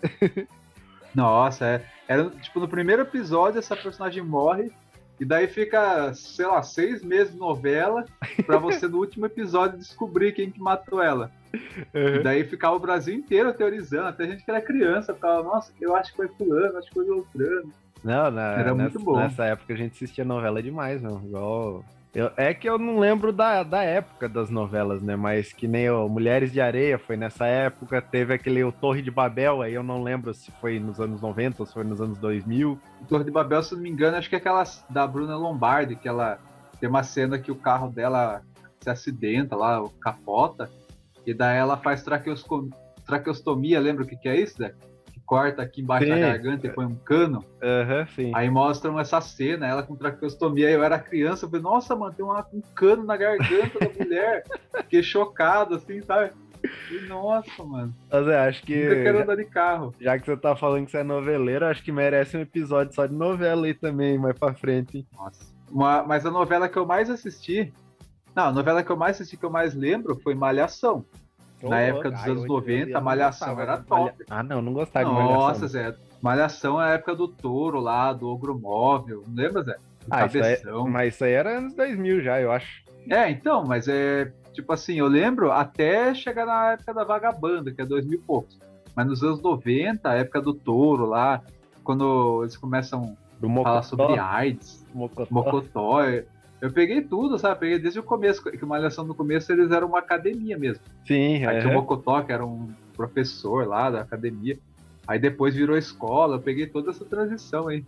A: Nossa, é. Era, tipo, no primeiro episódio essa personagem morre, e daí fica, sei lá, seis meses de novela pra você no último episódio descobrir quem que matou ela. E daí ficava o Brasil inteiro teorizando, até a gente que era criança, ficava, nossa, eu acho que foi fulano, acho que foi Beltrano.
B: Não, na,
A: Era
B: nessa,
A: muito bom.
B: nessa época a gente assistia novela demais, não. Igual. Eu, é que eu não lembro da, da época das novelas, né? Mas que nem o Mulheres de Areia foi nessa época, teve aquele o Torre de Babel, aí eu não lembro se foi nos anos noventa ou se foi nos anos dois mil.
A: O Torre de Babel, se não me engano, acho que é aquela da Bruna Lombardi, que ela tem uma cena que o carro dela se acidenta lá, capota, e daí ela faz traqueosco- traqueostomia, lembra o que, que é isso, Zé? Que corta aqui embaixo
B: Sim.
A: da garganta e põe um cano.
B: Aham, sim.
A: Aí mostram essa cena, ela com traqueostomia. Eu era criança, eu falei, nossa, mano, tem uma- um cano na garganta da mulher. Fiquei chocado, assim, sabe? E, nossa, mano,
B: Mas é, acho que.
A: nunca quero andar de carro.
B: Já que você tá falando que você é noveleiro, acho que merece um episódio só de novela aí também, mais pra frente, hein?
A: Nossa. Uma- mas a novela que eu mais assisti, não, a novela que eu mais assisti, que eu mais lembro, foi Malhação. Na época dos anos noventa, Malhação era top.
B: Ah, não, não gostava de
A: Nossa,
B: Malhação.
A: Zé, Malhação é a época do touro lá, do ogro móvel, não lembra, Zé? Do
B: Ah, isso aí,
A: cabeção.
B: mas isso aí era anos dois mil já, eu acho.
A: É, então, mas é, tipo assim, eu lembro até chegar na época da Vagabanda, que é dois mil e poucos. Mas nos anos noventa, a época do touro lá, quando eles começam
B: Do
A: a falar
B: Mocotó.
A: sobre AIDS,
B: Mocotó.
A: Mocotó, eu eu peguei tudo, sabe? Peguei desde o começo, que Malhação no começo eles eram uma academia mesmo.
B: Sim,
A: Aí
B: é.
A: tinha o Mocotó, que era um professor lá da academia. Aí depois virou escola, eu peguei toda essa transição aí.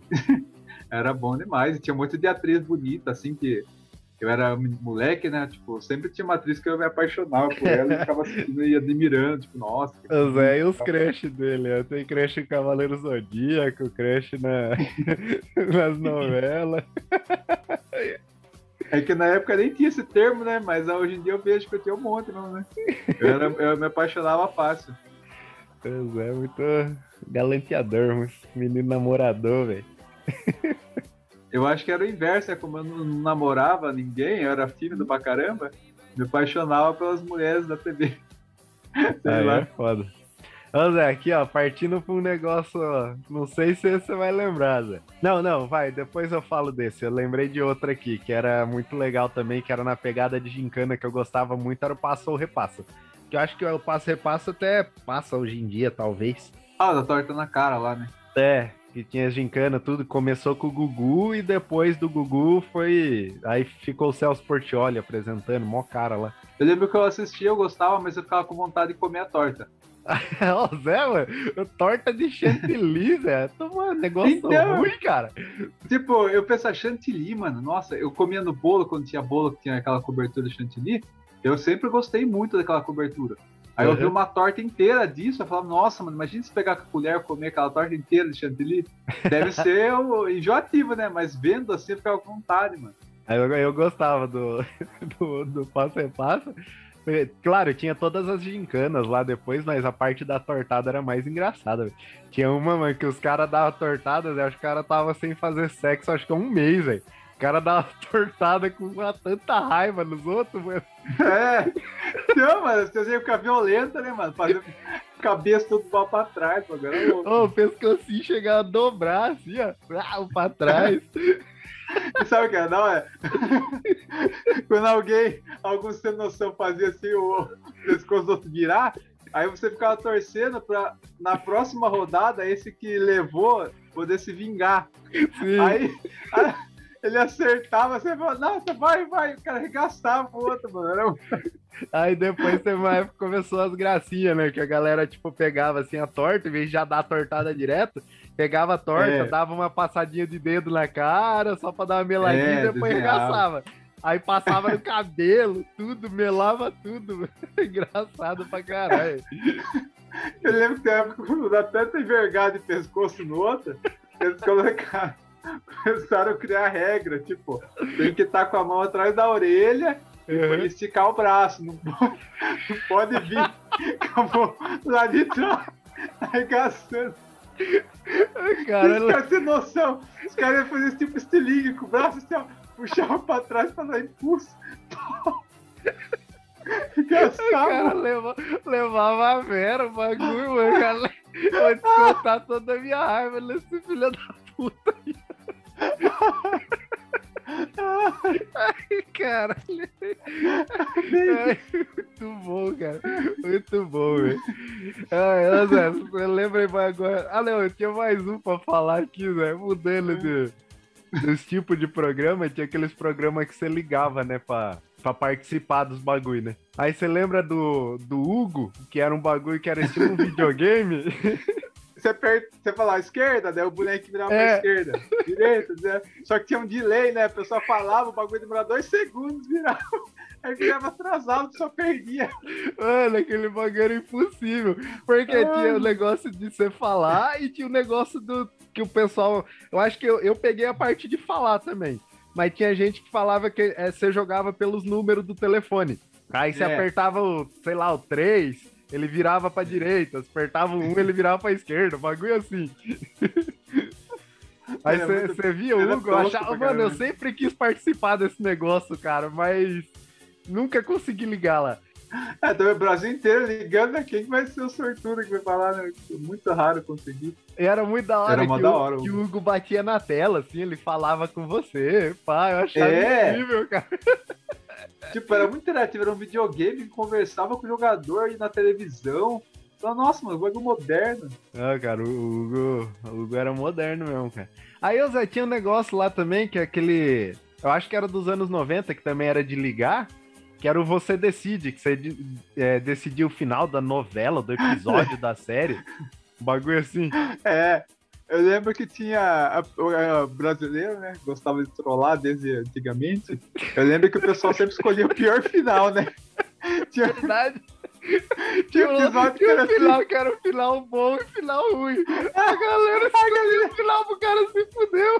A: Era bom demais. E tinha muito de atriz bonita, assim, que eu era moleque, né? Tipo, sempre tinha uma atriz que eu me apaixonava por ela e ficava assistindo e admirando, tipo, nossa. que
B: O Zé e os crush dele. Eu tenho crush em Cavaleiro Zodíaco, crush na... nas novelas.
A: É que na época nem tinha esse termo, né? Mas hoje em dia eu vejo que eu tinha um monte, não, né? Eu, era, eu me apaixonava fácil.
B: O Zé é muito galanteador, muito menino namorador, velho.
A: Eu acho que era o inverso, né? Como eu não não namorava ninguém, eu era tímido pra caramba, me apaixonava pelas mulheres da T V. Sei
B: Aí
A: lá.
B: é foda. Ô Zé, aqui ó, partindo pra um negócio, ó, não sei se você vai lembrar, Zé. Não, não, vai, depois eu falo desse. Eu lembrei de outra aqui, que era muito legal também, que era na pegada de gincana, que eu gostava muito, era o Passa ou Repassa. Que eu acho que o Passa ou Repassa até passa hoje em dia, talvez.
A: Ah, da torta na cara lá, né?
B: É, que tinha gincana, tudo. Começou com o Gugu e depois do Gugu foi... Aí ficou o Celso Portiolli apresentando, mó cara lá.
A: Eu lembro que eu assistia, eu gostava, mas eu ficava com vontade de comer a torta.
B: Ó, Zé, mano, torta de chantilly, Zé. Toma negócio
A: Então.
B: ruim, cara.
A: Tipo, eu pensava chantilly, mano. Nossa, eu comia no bolo, quando tinha bolo que tinha aquela cobertura de chantilly. Eu sempre gostei muito daquela cobertura. Aí eu
B: Uhum.
A: vi uma torta inteira disso, eu falava, nossa, mano, imagina se pegar com a colher e comer aquela torta inteira de chantilly. Deve ser o- enjoativo, né? Mas vendo assim, eu ficava com vontade, mano.
B: Aí eu, eu gostava do, do, do passo a passo. É, claro, tinha todas as gincanas lá depois, mas a parte da tortada era mais engraçada. Véio. Tinha uma, mano, que os caras davam tortadas, eu acho que o cara tava sem fazer sexo, acho que há um mês, velho. O cara dava tortada com uma tanta raiva nos outros, mano.
A: É. Não, mano, você ia ficar violenta, né, mano? Fazer cabeça tudo mal pra trás, mano. Era louco.
B: Ô, o pescocinho chegava a dobrar assim, ó. Ah, pra trás.
A: E sabe o que é? Não, é? Quando alguém, algum sem noção, fazia assim o pescoço do outro virar, aí você ficava torcendo pra, na próxima rodada, esse que levou poder se vingar.
B: Sim.
A: Aí, a- ele acertava, você falava, nossa, vai, vai, o cara arregaçava o outro, mano. Era um...
B: Aí depois teve uma época que começou as gracinhas, né? Que a galera, tipo, pegava assim a torta, em vez de já dar a tortada direto, pegava a torta,
A: É.
B: dava uma passadinha de dedo na cara, só pra dar uma meladinha
A: É,
B: e depois
A: desenhava.
B: arregaçava. Aí passava no cabelo, tudo, melava tudo. Engraçado pra caralho.
A: Eu lembro que tem uma época que dá tanta envergada de pescoço no outro, eles colocaram, começaram a criar regra, tipo, tem que estar com a mão atrás da orelha
B: Uhum.
A: e esticar o braço, não pode, não pode vir com a mão lá de trás, arregaçando.
B: Cara,
A: Os caras sem noção, os caras iam fazer esse tipo estilingue com o braço assim, ó, puxavam pra trás pra dar impulso.
B: o cara leva, levava a vera o bagulho, mano. Cara, eu vou descontar toda a minha raiva nesse filho da puta. Ai, caralho. Ai, muito bom, cara. Muito bom, velho. Ai, Zé, você lembra aí agora? Ah, não, eu tinha mais um pra falar aqui, Zé. Mudando de, dos tipos de programa, tinha aqueles programas que você ligava, né, pra, pra participar dos bagulho, né? Aí você lembra do, do Hugo, que era um bagulho que era estilo um videogame?
A: Você, per... você falava esquerda, daí o boneco virava
B: É.
A: pra esquerda, direita, né? Só que tinha um delay, né? A pessoa falava, o bagulho demorava dois segundos, virava. Aí virava atrasado, só perdia.
B: Mano, aquele bagulho era impossível. Porque
A: Ai.
B: tinha o negócio de você falar e tinha o negócio do que o pessoal. Eu acho que eu, eu peguei a parte de falar também. Mas tinha gente que falava que é, você jogava pelos números do telefone. Aí você
A: É.
B: apertava o, sei lá, o três, ele virava pra direita. Você apertava o um, ele virava pra esquerda. Bagulho assim. Aí
A: Era
B: você
A: muito-
B: você via o
A: era
B: Hugo, eu
A: tosco
B: achava,
A: pra
B: mano, eu
A: caramba.
B: sempre quis participar desse negócio, cara, mas nunca consegui ligar lá.
A: É, então o Brasil inteiro ligando a quem que vai ser o sortudo que vai falar, né? Muito raro conseguir.
B: E era muito da hora,
A: Era mó
B: que,
A: da
B: o,
A: hora,
B: que
A: o-
B: o Hugo batia na tela, assim, ele falava com você. Pá, eu achava
A: É.
B: incrível, cara.
A: Tipo, era muito interativo, era um videogame que conversava com o jogador e na televisão. Então, nossa, mano, bagulho moderno.
B: Ah, cara, o Hugo, o Hugo era moderno mesmo, cara. Aí eu Zé, tinha um negócio lá também, que é aquele... Eu acho que era dos anos noventa, que também era de ligar, que era o Você Decide, que você de- é, decidia o final da novela, do episódio da série. Um bagulho assim.
A: É, eu lembro que tinha a, a- a brasileiro, né? Gostava de trollar desde antigamente. Eu lembro que o pessoal sempre escolhia o pior final, né? Tinha,
B: Verdade.
A: tinha episódio que
B: Tinha
A: era
B: um
A: assim.
B: final que era um final bom e um final ruim. A galera escolheu o final pro cara se fudeu.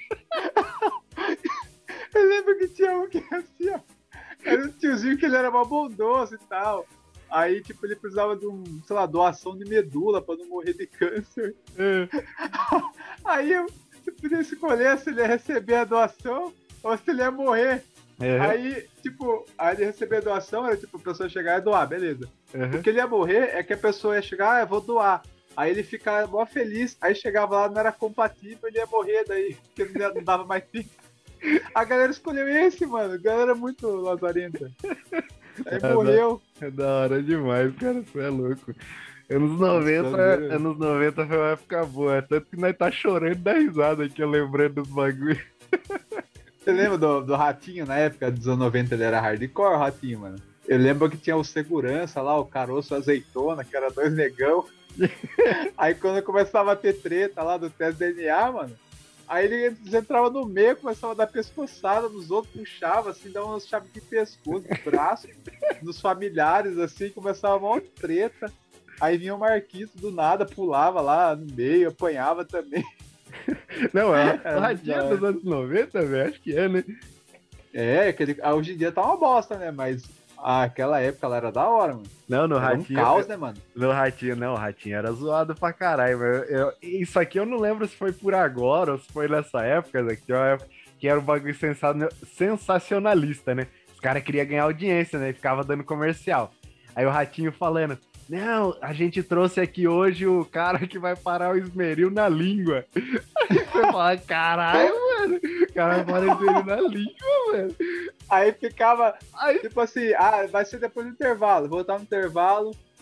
A: Eu lembro que tinha um que era assim, ó. Era um tiozinho que ele era mó bondoso e tal. Aí, tipo, ele precisava de um, sei lá, doação de medula pra não morrer de câncer.
B: É.
A: Aí eu, eu podia escolher se ele ia receber a doação ou se ele ia morrer.
B: É.
A: Aí, tipo, aí ele receber a doação, era tipo, a pessoa chegar e doar, beleza.
B: Uhum.
A: O que ele ia morrer é que a pessoa ia chegar, ah, eu vou doar. Aí ele ficava mó feliz, aí chegava lá, não era compatível, ele ia morrer daí, porque não ia- não dava mais tempo. A galera escolheu esse, mano. A galera é muito lazarenta. Aí
B: É,
A: morreu.
B: É da hora demais, cara, você é louco. Anos noventa,
A: brasileiro.
B: anos noventa foi uma época boa, tanto que nós tá chorando da risada aqui, eu lembrando dos bagulho.
A: Você lembra do, do Ratinho na época dos anos noventa? Ele era hardcore, o Ratinho, mano. Eu lembro que tinha o segurança lá, o caroço azeitona, que era dois negão. Aí quando começava a ter treta lá do teste D N A, mano, aí ele eles entrava no meio, começava a dar pescoçada nos outros, puxava, assim, dava umas chaves de pescoço, no braço, nos familiares, assim, começava uma treta. Aí vinha o Marquito do nada, pulava lá no meio, apanhava também.
B: Não, é,
A: É,
B: o Ratinho
A: da
B: dos anos noventa, velho, acho que é, né?
A: É, aquele, ah, hoje em dia tá uma bosta, né? Mas ah, aquela época ela era da hora, mano.
B: Não, no
A: Era um
B: Ratinho.
A: caos, né, mano?
B: No Ratinho, não, o Ratinho era zoado pra caralho, mas eu- eu- isso aqui eu não lembro se foi por agora ou se foi nessa época, né, que, tinha uma época que era um bagulho sensa- sensacionalista, né? Os caras queriam ganhar audiência, né? E ficava dando comercial. Aí o Ratinho falando, não, a gente trouxe aqui hoje o cara que vai parar o esmeril na língua. Aí você fala, caralho, mano, o cara vai parar o esmeril na língua, mano.
A: Aí ficava,
B: Aí
A: tipo assim, ah, vai ser depois do intervalo. Voltar no intervalo,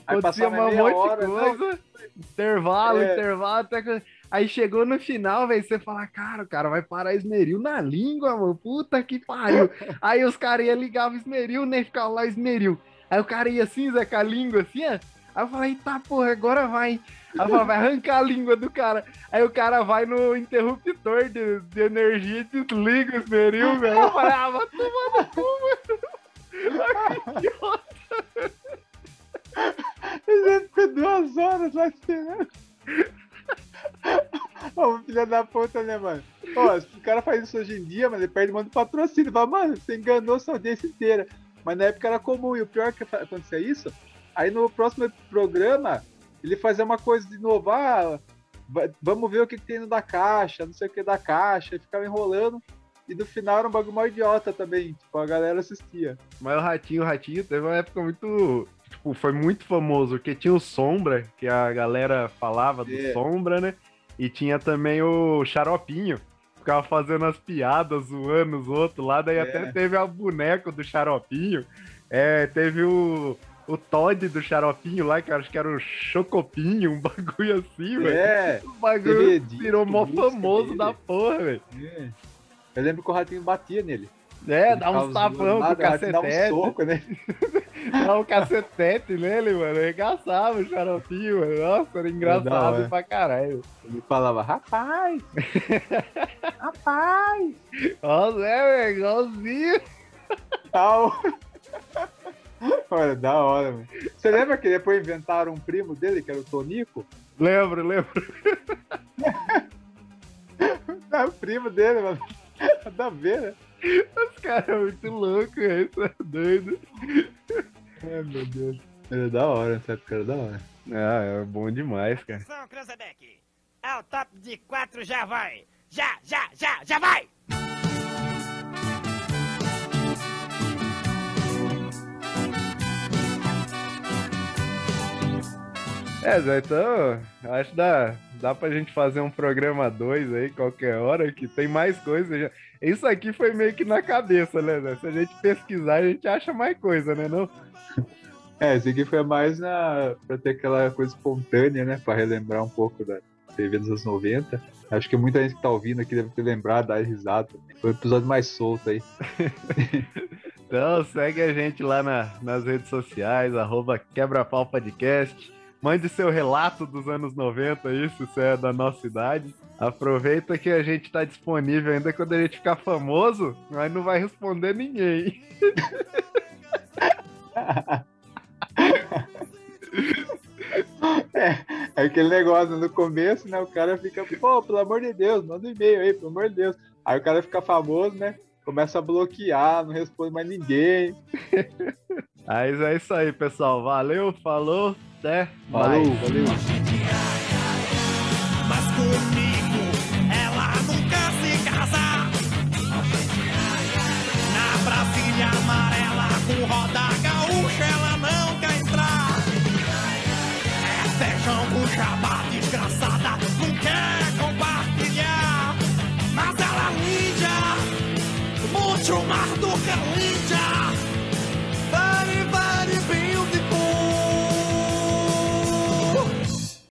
A: Aí
B: acontecia
A: passava
B: um
A: meia
B: monte
A: hora,
B: de
A: não,
B: coisa. Intervalo,
A: É.
B: intervalo, até que... Aí chegou no final, velho, você fala, cara, o cara vai parar esmeril na língua, mano, puta que pariu. Aí os caras iam ligar o esmeril, nem ficava lá esmeril. Aí o cara ia assim, Zé, com a língua assim, ó. Aí eu falei, tá, porra, agora vai. Aí eu falei, vai arrancar a língua do cara. Aí o cara vai no interruptor de, de energia e desliga o esmeril, velho. Eu falei, ah, vai tomar no cu, mano. Ai, que idiota.
A: Ele ficou duas horas lá esperando. Ô, filho da puta, né, mano? Ó, se o cara faz isso hoje em dia, mano, ele perde mano do patrocínio. Fala, mano, você enganou sua audiência inteira. Mas na época era comum, e o pior é que acontecia isso, aí no próximo programa, ele fazia uma coisa de inovar, vamos ver o que, que tem no da caixa, não sei o que da caixa, e ficava enrolando, e no final era um bagulho mó idiota também, tipo, a galera assistia.
B: Mas o Ratinho, o Ratinho teve uma época muito... Tipo, foi muito famoso, porque tinha o Sombra, que a galera falava do
A: É.
B: Sombra, né? E tinha também o Xaropinho, ficava fazendo as piadas, zoando os outros lá, daí
A: É.
B: até teve a boneco do Xaropinho, é, teve o, o Todd do Xaropinho lá, que eu acho que era o Chocopinho, um bagulho assim, velho.
A: É,
B: O bagulho
A: teve disco,
B: virou mó
A: música
B: famoso
A: dele.
B: da porra, velho.
A: é. Eu lembro que o Ratinho batia nele.
B: É,
A: Ele
B: dá uns
A: ficava zoando
B: tapão com o
A: nada, o Ratinho dava um
B: cacetete.
A: soco, né?
B: Dá um cacetete nele, mano. Arregaçava o Xaropinho, mano. Nossa, era
A: Da
B: engraçado
A: hora.
B: pra caralho.
A: Ele falava, rapaz, rapaz,
B: Nossa, é, velho, igualzinho.
A: tal. Olha, da hora, mano. Você lembra que depois inventaram um primo dele, que era o Tonico?
B: Lembro, lembro.
A: É o primo dele, mano. Nada a ver, né?
B: Os caras são muito loucos, velho. Isso é doido.
A: Ai, meu Deus. Era da hora, essa época era da hora.
B: Ah, é bom demais, cara.
H: Atenção, Cranzebeck. É o top de quatro, já vai. Já, já, já, já vai.
B: É, Zé, então, acho que dá, dá pra gente fazer um programa dois aí, qualquer hora, que tem mais coisa. Já. Isso aqui foi meio que na cabeça, né, Zé? Se a gente pesquisar, a gente acha mais coisa, né, não?
A: É, esse aqui foi mais na... pra ter aquela coisa espontânea, né? Pra relembrar um pouco da T V dos anos noventa. Acho que muita gente que tá ouvindo aqui deve ter lembrado, dar risada. Foi um episódio mais solto aí.
B: Então, segue a gente lá na- nas redes sociais, arroba Quebra-Pau Podcast. Mande seu relato dos anos noventa aí, se você é da nossa idade. Aproveita que a gente tá disponível ainda quando a gente ficar famoso, mas não vai responder ninguém.
A: É, é aquele negócio no começo, né? O cara fica, pô, pelo amor de Deus, manda um e-mail aí, pelo amor de Deus. Aí o cara fica famoso, né? Começa a bloquear, não responde mais ninguém.
B: Mas é isso aí, pessoal. Valeu, falou, até
A: Valeu,
B: mais.
A: valeu.
H: Mas comigo ela nunca se casa. Na Brasília amarela com roda gaúcha ela não quer entrar. É feijão com jabá desgraçada, não quer compartilhar. Mas ela é linda, muito mais do que linda. Pare, pare, pare.